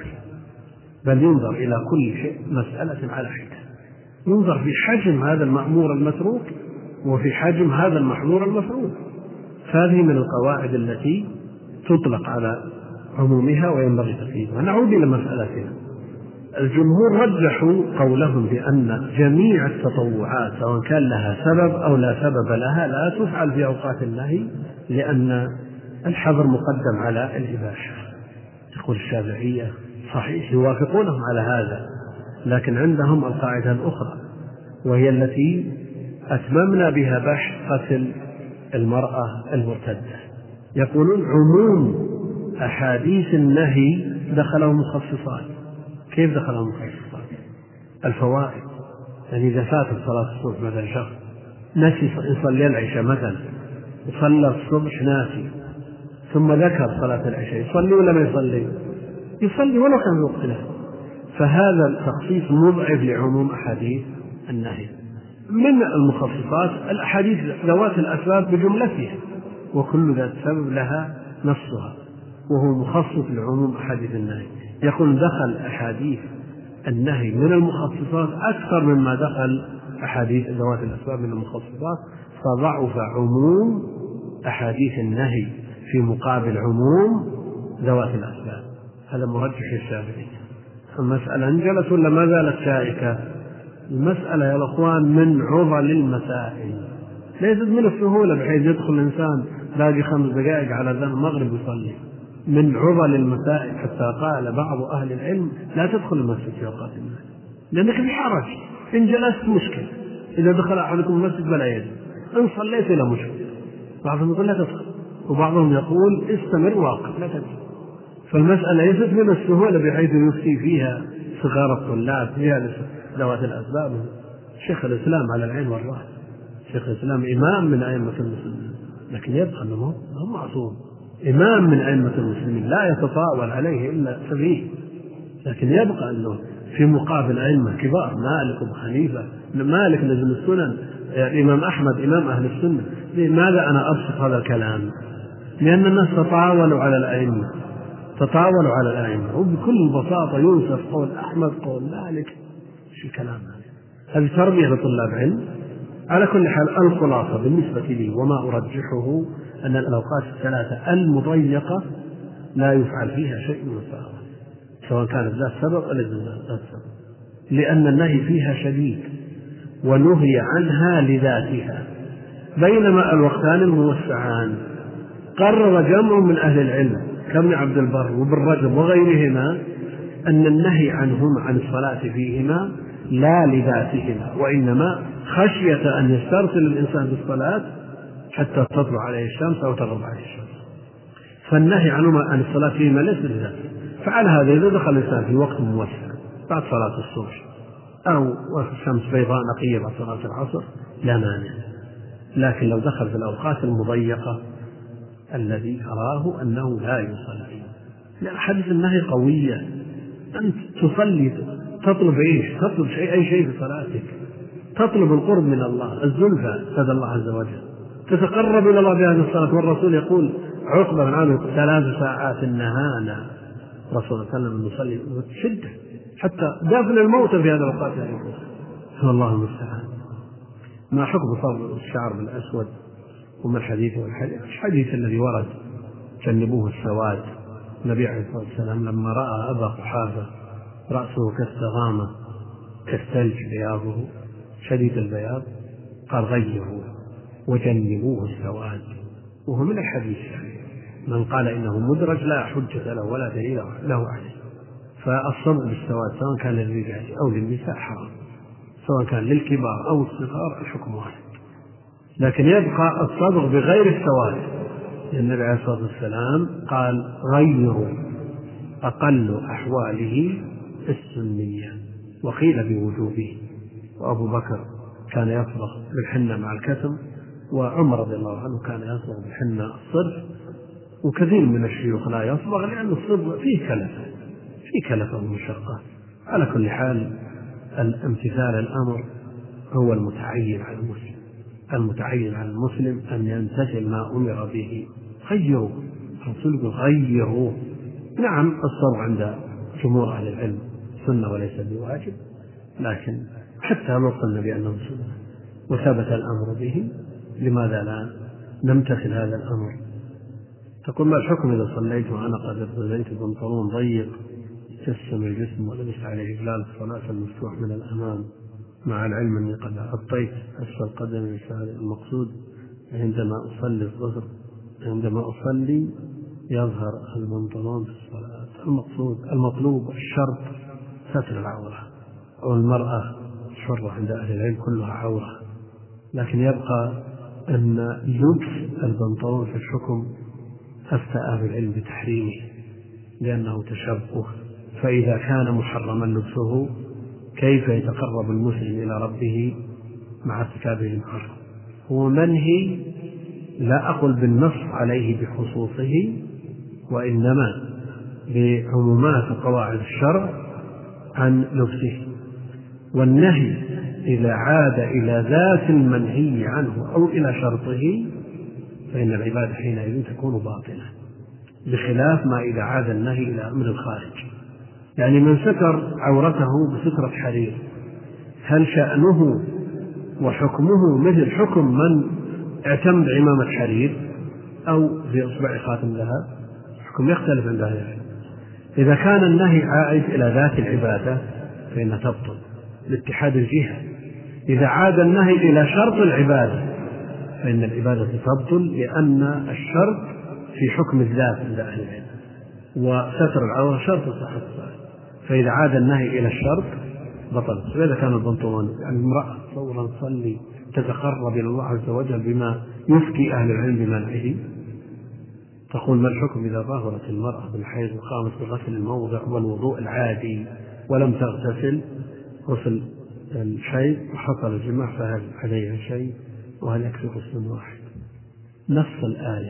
بل ينظر إلى كل شيء مسألة على حدة، ينظر في حجم هذا المأمور المتروك وفي حجم هذا المحظور المفروض. فهذه من القواعد التي تطلق على عمومها وينبغي تقييدها. نعود إلى مسألتنا. الجمهور رجحوا قولهم بأن جميع التطوعات سواء كان لها سبب أو لا سبب لها لا تفعل في أوقات النهي، لأن الحظر مقدم على الإباحة. تقول الشافعية صحيح يوافقونهم على هذا، لكن عندهم القاعدة الأخرى وهي التي أتممنا بها بحث قتل المرأة المرتدة. يقولون عموم أحاديث النهي دخلوا مخصصات. كيف دخلوا مخصصات؟ الفوائد، يعني إذا فاتت صلاة الصبح مثلا شخص نسي يصلي العشاء مثلا، وصلى الصبح ناسي، ثم ذكر صلاة العشاء، يصلي ولا ما يصلي؟ يصلي ولو كان وقتها. فهذا التخصيص مضعف لعموم أحاديث النهي. من المخصصات الأحاديث ذوات الأسباب بجملتها، وكل ذات سبب لها نصها، وهو مخصص لعموم أحاديث النهي. يقول دخل أحاديث النهي من المخصصات أكثر مما دخل أحاديث ذوات الأسباب من المخصصات، فضعف عموم أحاديث النهي في مقابل عموم ذوات الأسباب. هذا مرجح الشافعي. المسألة انجلت ولا ما زالت شائكة؟ المسألة يا الأخوان من عضل المسائل، ليست من السهولة بحيث يدخل الإنسان باقي 5 دقائق على أذان المغرب يصلي. من عضل المسائل حتى قال بعض أهل العلم لا تدخل المسجد في أوقات النهي، لأنك بحرج، إن جلست مشكلة، إذا دخل أحدكم المسجد بلا يد، إن صليت لا مشكلة. بعضهم يقول لا تدخل، وبعضهم يقول استمر واقف لا تدخل. فالمسألة ليست من السهولة بحيث يفتي فيها صغار الطلاب فيها ذوات الأسباب. شيخ الإسلام على العين والرأس، شيخ الإسلام إمام من أئمة المسلمين، لكن يبقى أنه معصوم، إمام من أئمة المسلمين لا يتطاول عليه إلا سفيه، لكن يبقى أنه في مقابل أئمة كبار، مالك وأبو حنيفة، مالك نجم السنن، الإمام أحمد إمام أهل السنة. لماذا أنا أبسط هذا الكلام؟ لأن الناس تطاولوا على الأئمة، تطاولوا على الأئمة، وبكل بساطة ينسف قول أحمد قول مالك. شو الكلام هذا؟ هذه تربية لطلاب علم. على كل حال الخلاصة بالنسبة لي وما أرجحه أن الأوقات الثلاثة المضيقة لا يفعل فيها شيء من الصلاة، سواء كانت ذات سبب أو ذات سبب، لأن النهي فيها شديد ونهي عنها لذاتها، بينما الوقتان الموسعان قرر جمع من أهل العلم كابن عبد البر وابن رجب وغيرهما أن النهي عنهم عن الصلاة فيهما لا لذاتهما، وإنما خشية أن يسترسل الإنسان بالصلاة حتى تطلع عليه الشمس أو تغرب عليه الشمس، فالنهي عنهما عن الصلاة فيهما ليس لذاته. فعلى هذا إذا دخل الإنسان في وقت موسع بعد صلاة الصبح أو الشمس بيضاء نقية بعد صلاة العصر لا مانع، لكن لو دخل في الأوقات المضيقة الذي أراه أنه لا يصلي، لأن حدث النهي قوية. أنت تصلي تطلب إيش؟ تطلب أي شيء في صلاتك، تطلب القرب من الله، الزلفى لدى الله عز وجل، تتقرب إلى الله بهذه الصلاة. والرسول يقول عقبة بن عامر 3 ساعات نهانا رسول الله صلى الله عليه وسلم نصلي شدة حتى دفن الموتى في هذا الوقت. الله المستعان. ما حكم صبغ الشعر بالأسود؟ وما الحديث والحديث الذي ورد جنبوه السواد. النبي عليه الصلاة والسلام لما رأى أبا قحافة رأسه كالسغامة كالثلج بياضه شديد البياض قال غيروه وجنبوه السواد، وهو من الحديث من قال إنه مدرج لا حجة له ولا دليل له عليه. فالصبغ بالسواد سواء كان للرجال أو للنساء حرام، سواء كان للكبار أو الصغار الحكم واحد، لكن يبقى الصبغ بغير السواد. النبي عليه الصلاة والسلام قال غيروا أقل أحواله السنية، وقيل بوجوبه. وأبو بكر كان يصبغ بالحنة مع الكتم، وعمر رضي الله عنه كان يصبغ بالحنة الصرف، وكثير من الشيوخ لا يصبغ لأن الصبغ فيه كلفة ومشقة. على كل حال الامتثال الأمر هو المتعين على المسلم، المتعين على المسلم أن يمتثل ما أمر به. غيروا، الرسول يقول غيروا. نعم الصبغ عند جمهور أهل العلم سنة وليس بواجب، لكن حتى لو قلنا بأنه سنة وثبت الأمر به لماذا لا نمتثل هذا الأمر؟ تقول ما الحكم إذا صليت وأنا قد ارتديت بنطلون ضيق يجسم الجسم ولبس عليه إجلال الصلاة المفتوح من الأمام، مع العلم أني قد غطيت أسفل قدمي. المقصود عندما أصلي الظهر عندما أصلي يظهر البنطلون في الصلاة. المطلوب الشرط ستر العورة، أو المرأة الحرة عند أهل العلم كلها عورة، لكن يبقى أن لبس البنطلون في الحكم أفتى أهل العلم بتحريمه لأنه تشبه. فإذا كان محرما لبسه كيف يتقرب المسلم إلى ربه مع ارتكابه المحرم؟ هو منهي، لا أقول بالنص عليه بخصوصه، وإنما بعمومات قواعد الشرع عن لبسه. والنهي إذا عاد إلى ذات المنهي عنه أو إلى شرطه فإن العبادة حينئذ تكون باطلة، بخلاف ما إذا عاد النهي إلى أمر الخارج. يعني من ستر عورته بسترة حرير هل شأنه وحكمه مثل حكم من اعتم بعمامة حرير أو في إصبع خاتم ذهب؟ حكم يختلف عند أهل العلم. إذا كان النهي عائد إلى ذات العبادة فإنها تبطل لاتحاد الجهة. إذا عاد النهي إلى شرط العبادة فإن العبادة تبطل، لأن الشرط في حكم الذات عند أهل العلم، وستر العورة شرط صحة الصلاة. فإذا عاد النهي إلى الشرط بطل. وإذا كان البنطلون يعني امرأة تصور تصلي تتقرب إلى الله عز وجل بما يفتي أهل العلم بمنعه. تقول: ما الحكم إذا ظهرت المرأة بالحيض وقامت بغسل الموضع والوضوء العادي ولم تغتسل غسل الحيض وحصل الجماع، فهل عليها شيء وهل يكفي غسل واحد؟ نص الآية: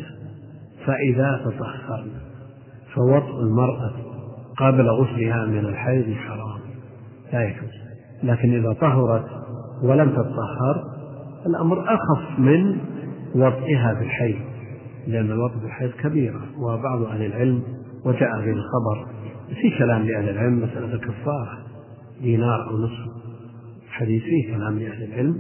فإذا تطهرن، فوطء المرأة قبل غسلها من الحيض حرام لا يجوز. لكن إذا طهرت ولم تطهر الأمر أخف من وطئها بالحيض، لأن الوطء بالحيض كبيرة. وبعض أهل العلم وجاء في الخبر في كلام لأهل العلم مسألة الكفارة دينار أو نصف، حديث فيه كلام لأهل العلم،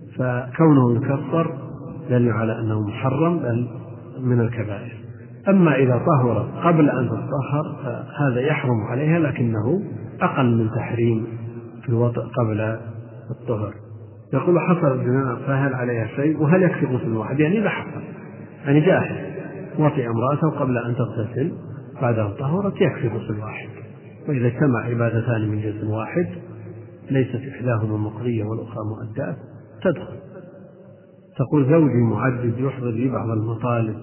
فكونه يكفر دل على أنه محرم بل من الكبائر. أما إذا طهرت قبل أن تطهر فهذا يحرم عليها، لكنه أقل من تحريم في الوطء قبل الطهر. يقول: حصل الجماع فهل عليها شيء وهل يكفي غسل واحد؟ يعني إذا حصل، يعني جاهز وطئ امرأته قبل أن تغتسل بعد أن طهرت يكفي غسل واحد. وإذا اجتمع عبادتان من جنس واحد ليست إحداهما مقضية والأخرى مؤداة تدخل. تقول: زوجي معدد يحضر لي بعض المطالب،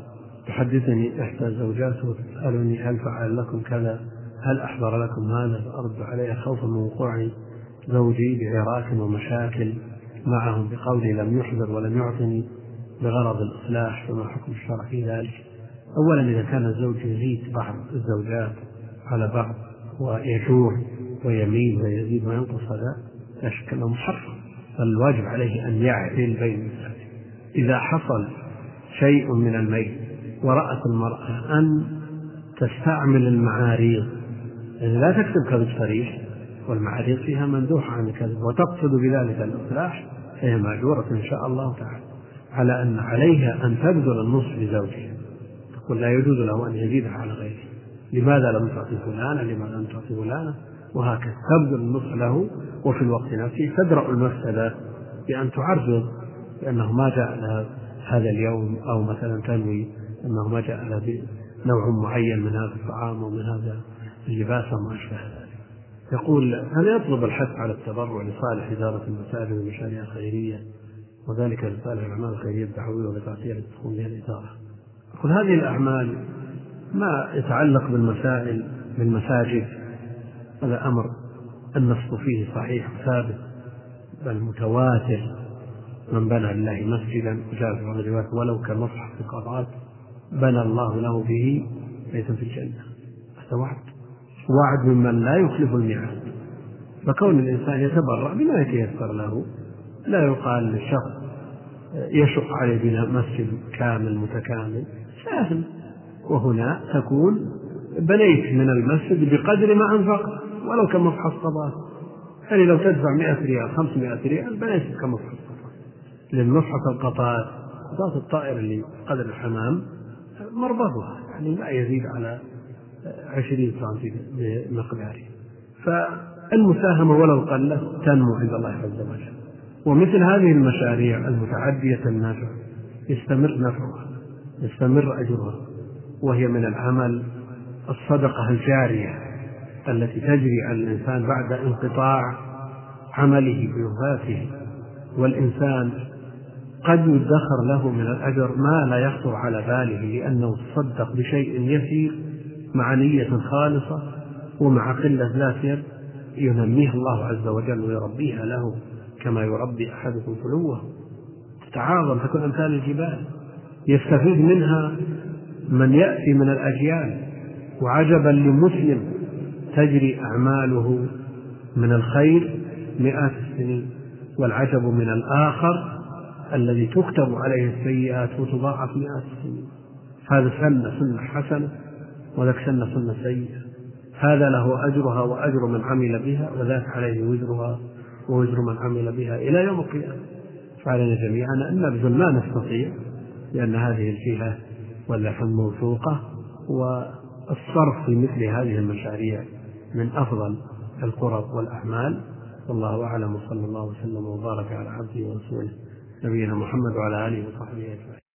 تحدثني إحدى زوجاته وتسألني: هل فعل لكم كذا؟ هل أحضر لكم هذا؟ فأرد عليها خوفا من وقوع زوجي بعراك ومشاكل معهم بقولي لم يحضر ولم يعطني بغرض الإصلاح، فما حكم الشرع في ذلك؟ أولا، إذا كان الزوج يزيد بعض الزوجات على بعض ويجور ويميل ويزيد وينقص، هذا لا شك أنه محرم، فالواجب عليه أن يعدل بين الناس. إذا حصل شيء من الميل ورأت المرأة أن تستعمل المعاريض، يعني لا تكتب كذب صريح والمعاريض فيها مندوحة عن الكذب وتقصد بذلك الإصلاح، فهي مأجورة إن شاء الله تعالى على أن عليها أن تبذل النصف لزوجها. تقول: لا يجوز له أن يزيدها على غيره، لماذا لم تعطي فلانة؟ لماذا لم تعطي فلانة؟ وهكذا تبذل النصف له، وفي الوقت نفسه تدرأ المفسدة بأن تعرض بأنه ما جاء لها هذا اليوم، أو مثلا تنوي أنه ما جاء لها بنوع معين من هذا الطعام ومن هذا اللباس وما أشبه ذلك. يقول: هل يطلب الحث على التبرع لصالح إدارة المساجد والمشاريع الخيرية، وذلك لصالح الأعمال الخيرية الدعوية والتي تقوم بها الإدارة؟ يقول: هذه الأعمال ما يتعلق بالمساجد هذا أمر النص فيه صحيح ثابت بل متواتر. من بنى لله مسجدا وجاء في الروايات ولو كمصحف القرآن بنى الله له به بيتا في الجنة. هذا وعد ممن لا يخلف الميعاد. فكون الإنسان يتبرع بما يتيسر له، لا يقال للشخص يشق عليه بناء مسجد كامل متكامل، سهل. وهنا تكون بنيت من المسجد بقدر ما أنفقت ولو كمصحف صباح، يعني لو تدفع 100 ريال 500 ريال بنيت كمصحف صباح. لأن مصحف القطار قطاط الطائر اللي قدر الحمام مربطها، يعني لا يزيد على 20 سم بمقداره. فالمساهمة ولو قلت تنمو عند الله عز وجل. ومثل هذه المشاريع المتعدية النفع يستمر نفعها، يستمر أجرها، وهي من العمل الصدقة الجارية التي تجري على الإنسان بعد انقطاع عمله بوفاته. والإنسان قد يدخر له من الأجر ما لا يخطر على باله، لأنه تصدق بشيء يسير مع نية خالصة ومع قلة ذات يد ينميها الله عز وجل ويربيها له كما يربي أحدكم فلوه، تتعاظم تكون أمثال الجبال، يستفيد منها من يأتي من الأجيال. وعجبا لمسلم تجري أعماله من الخير مئات السنين، والعجب من الآخر الذي تكتب عليه السيئات وتضاعف مئات السنين. هذا سنة حسنة وذاك سنة سيئة، هذا له أجرها وأجر من عمل بها، وذاك عليه وزرها ووزر من عمل بها إلى يوم القيامة. فعلينا جميعا أن نبذل ما نستطيع، لأن هذه الجهة واللحم موثوقة، والصرف في مثل هذه المشاريع من أفضل القرب والأعمال. والله أعلم، وصلى الله وسلم وبارك على عبده ورسوله نبينا محمد وعلى آله وصحبه أجمعين.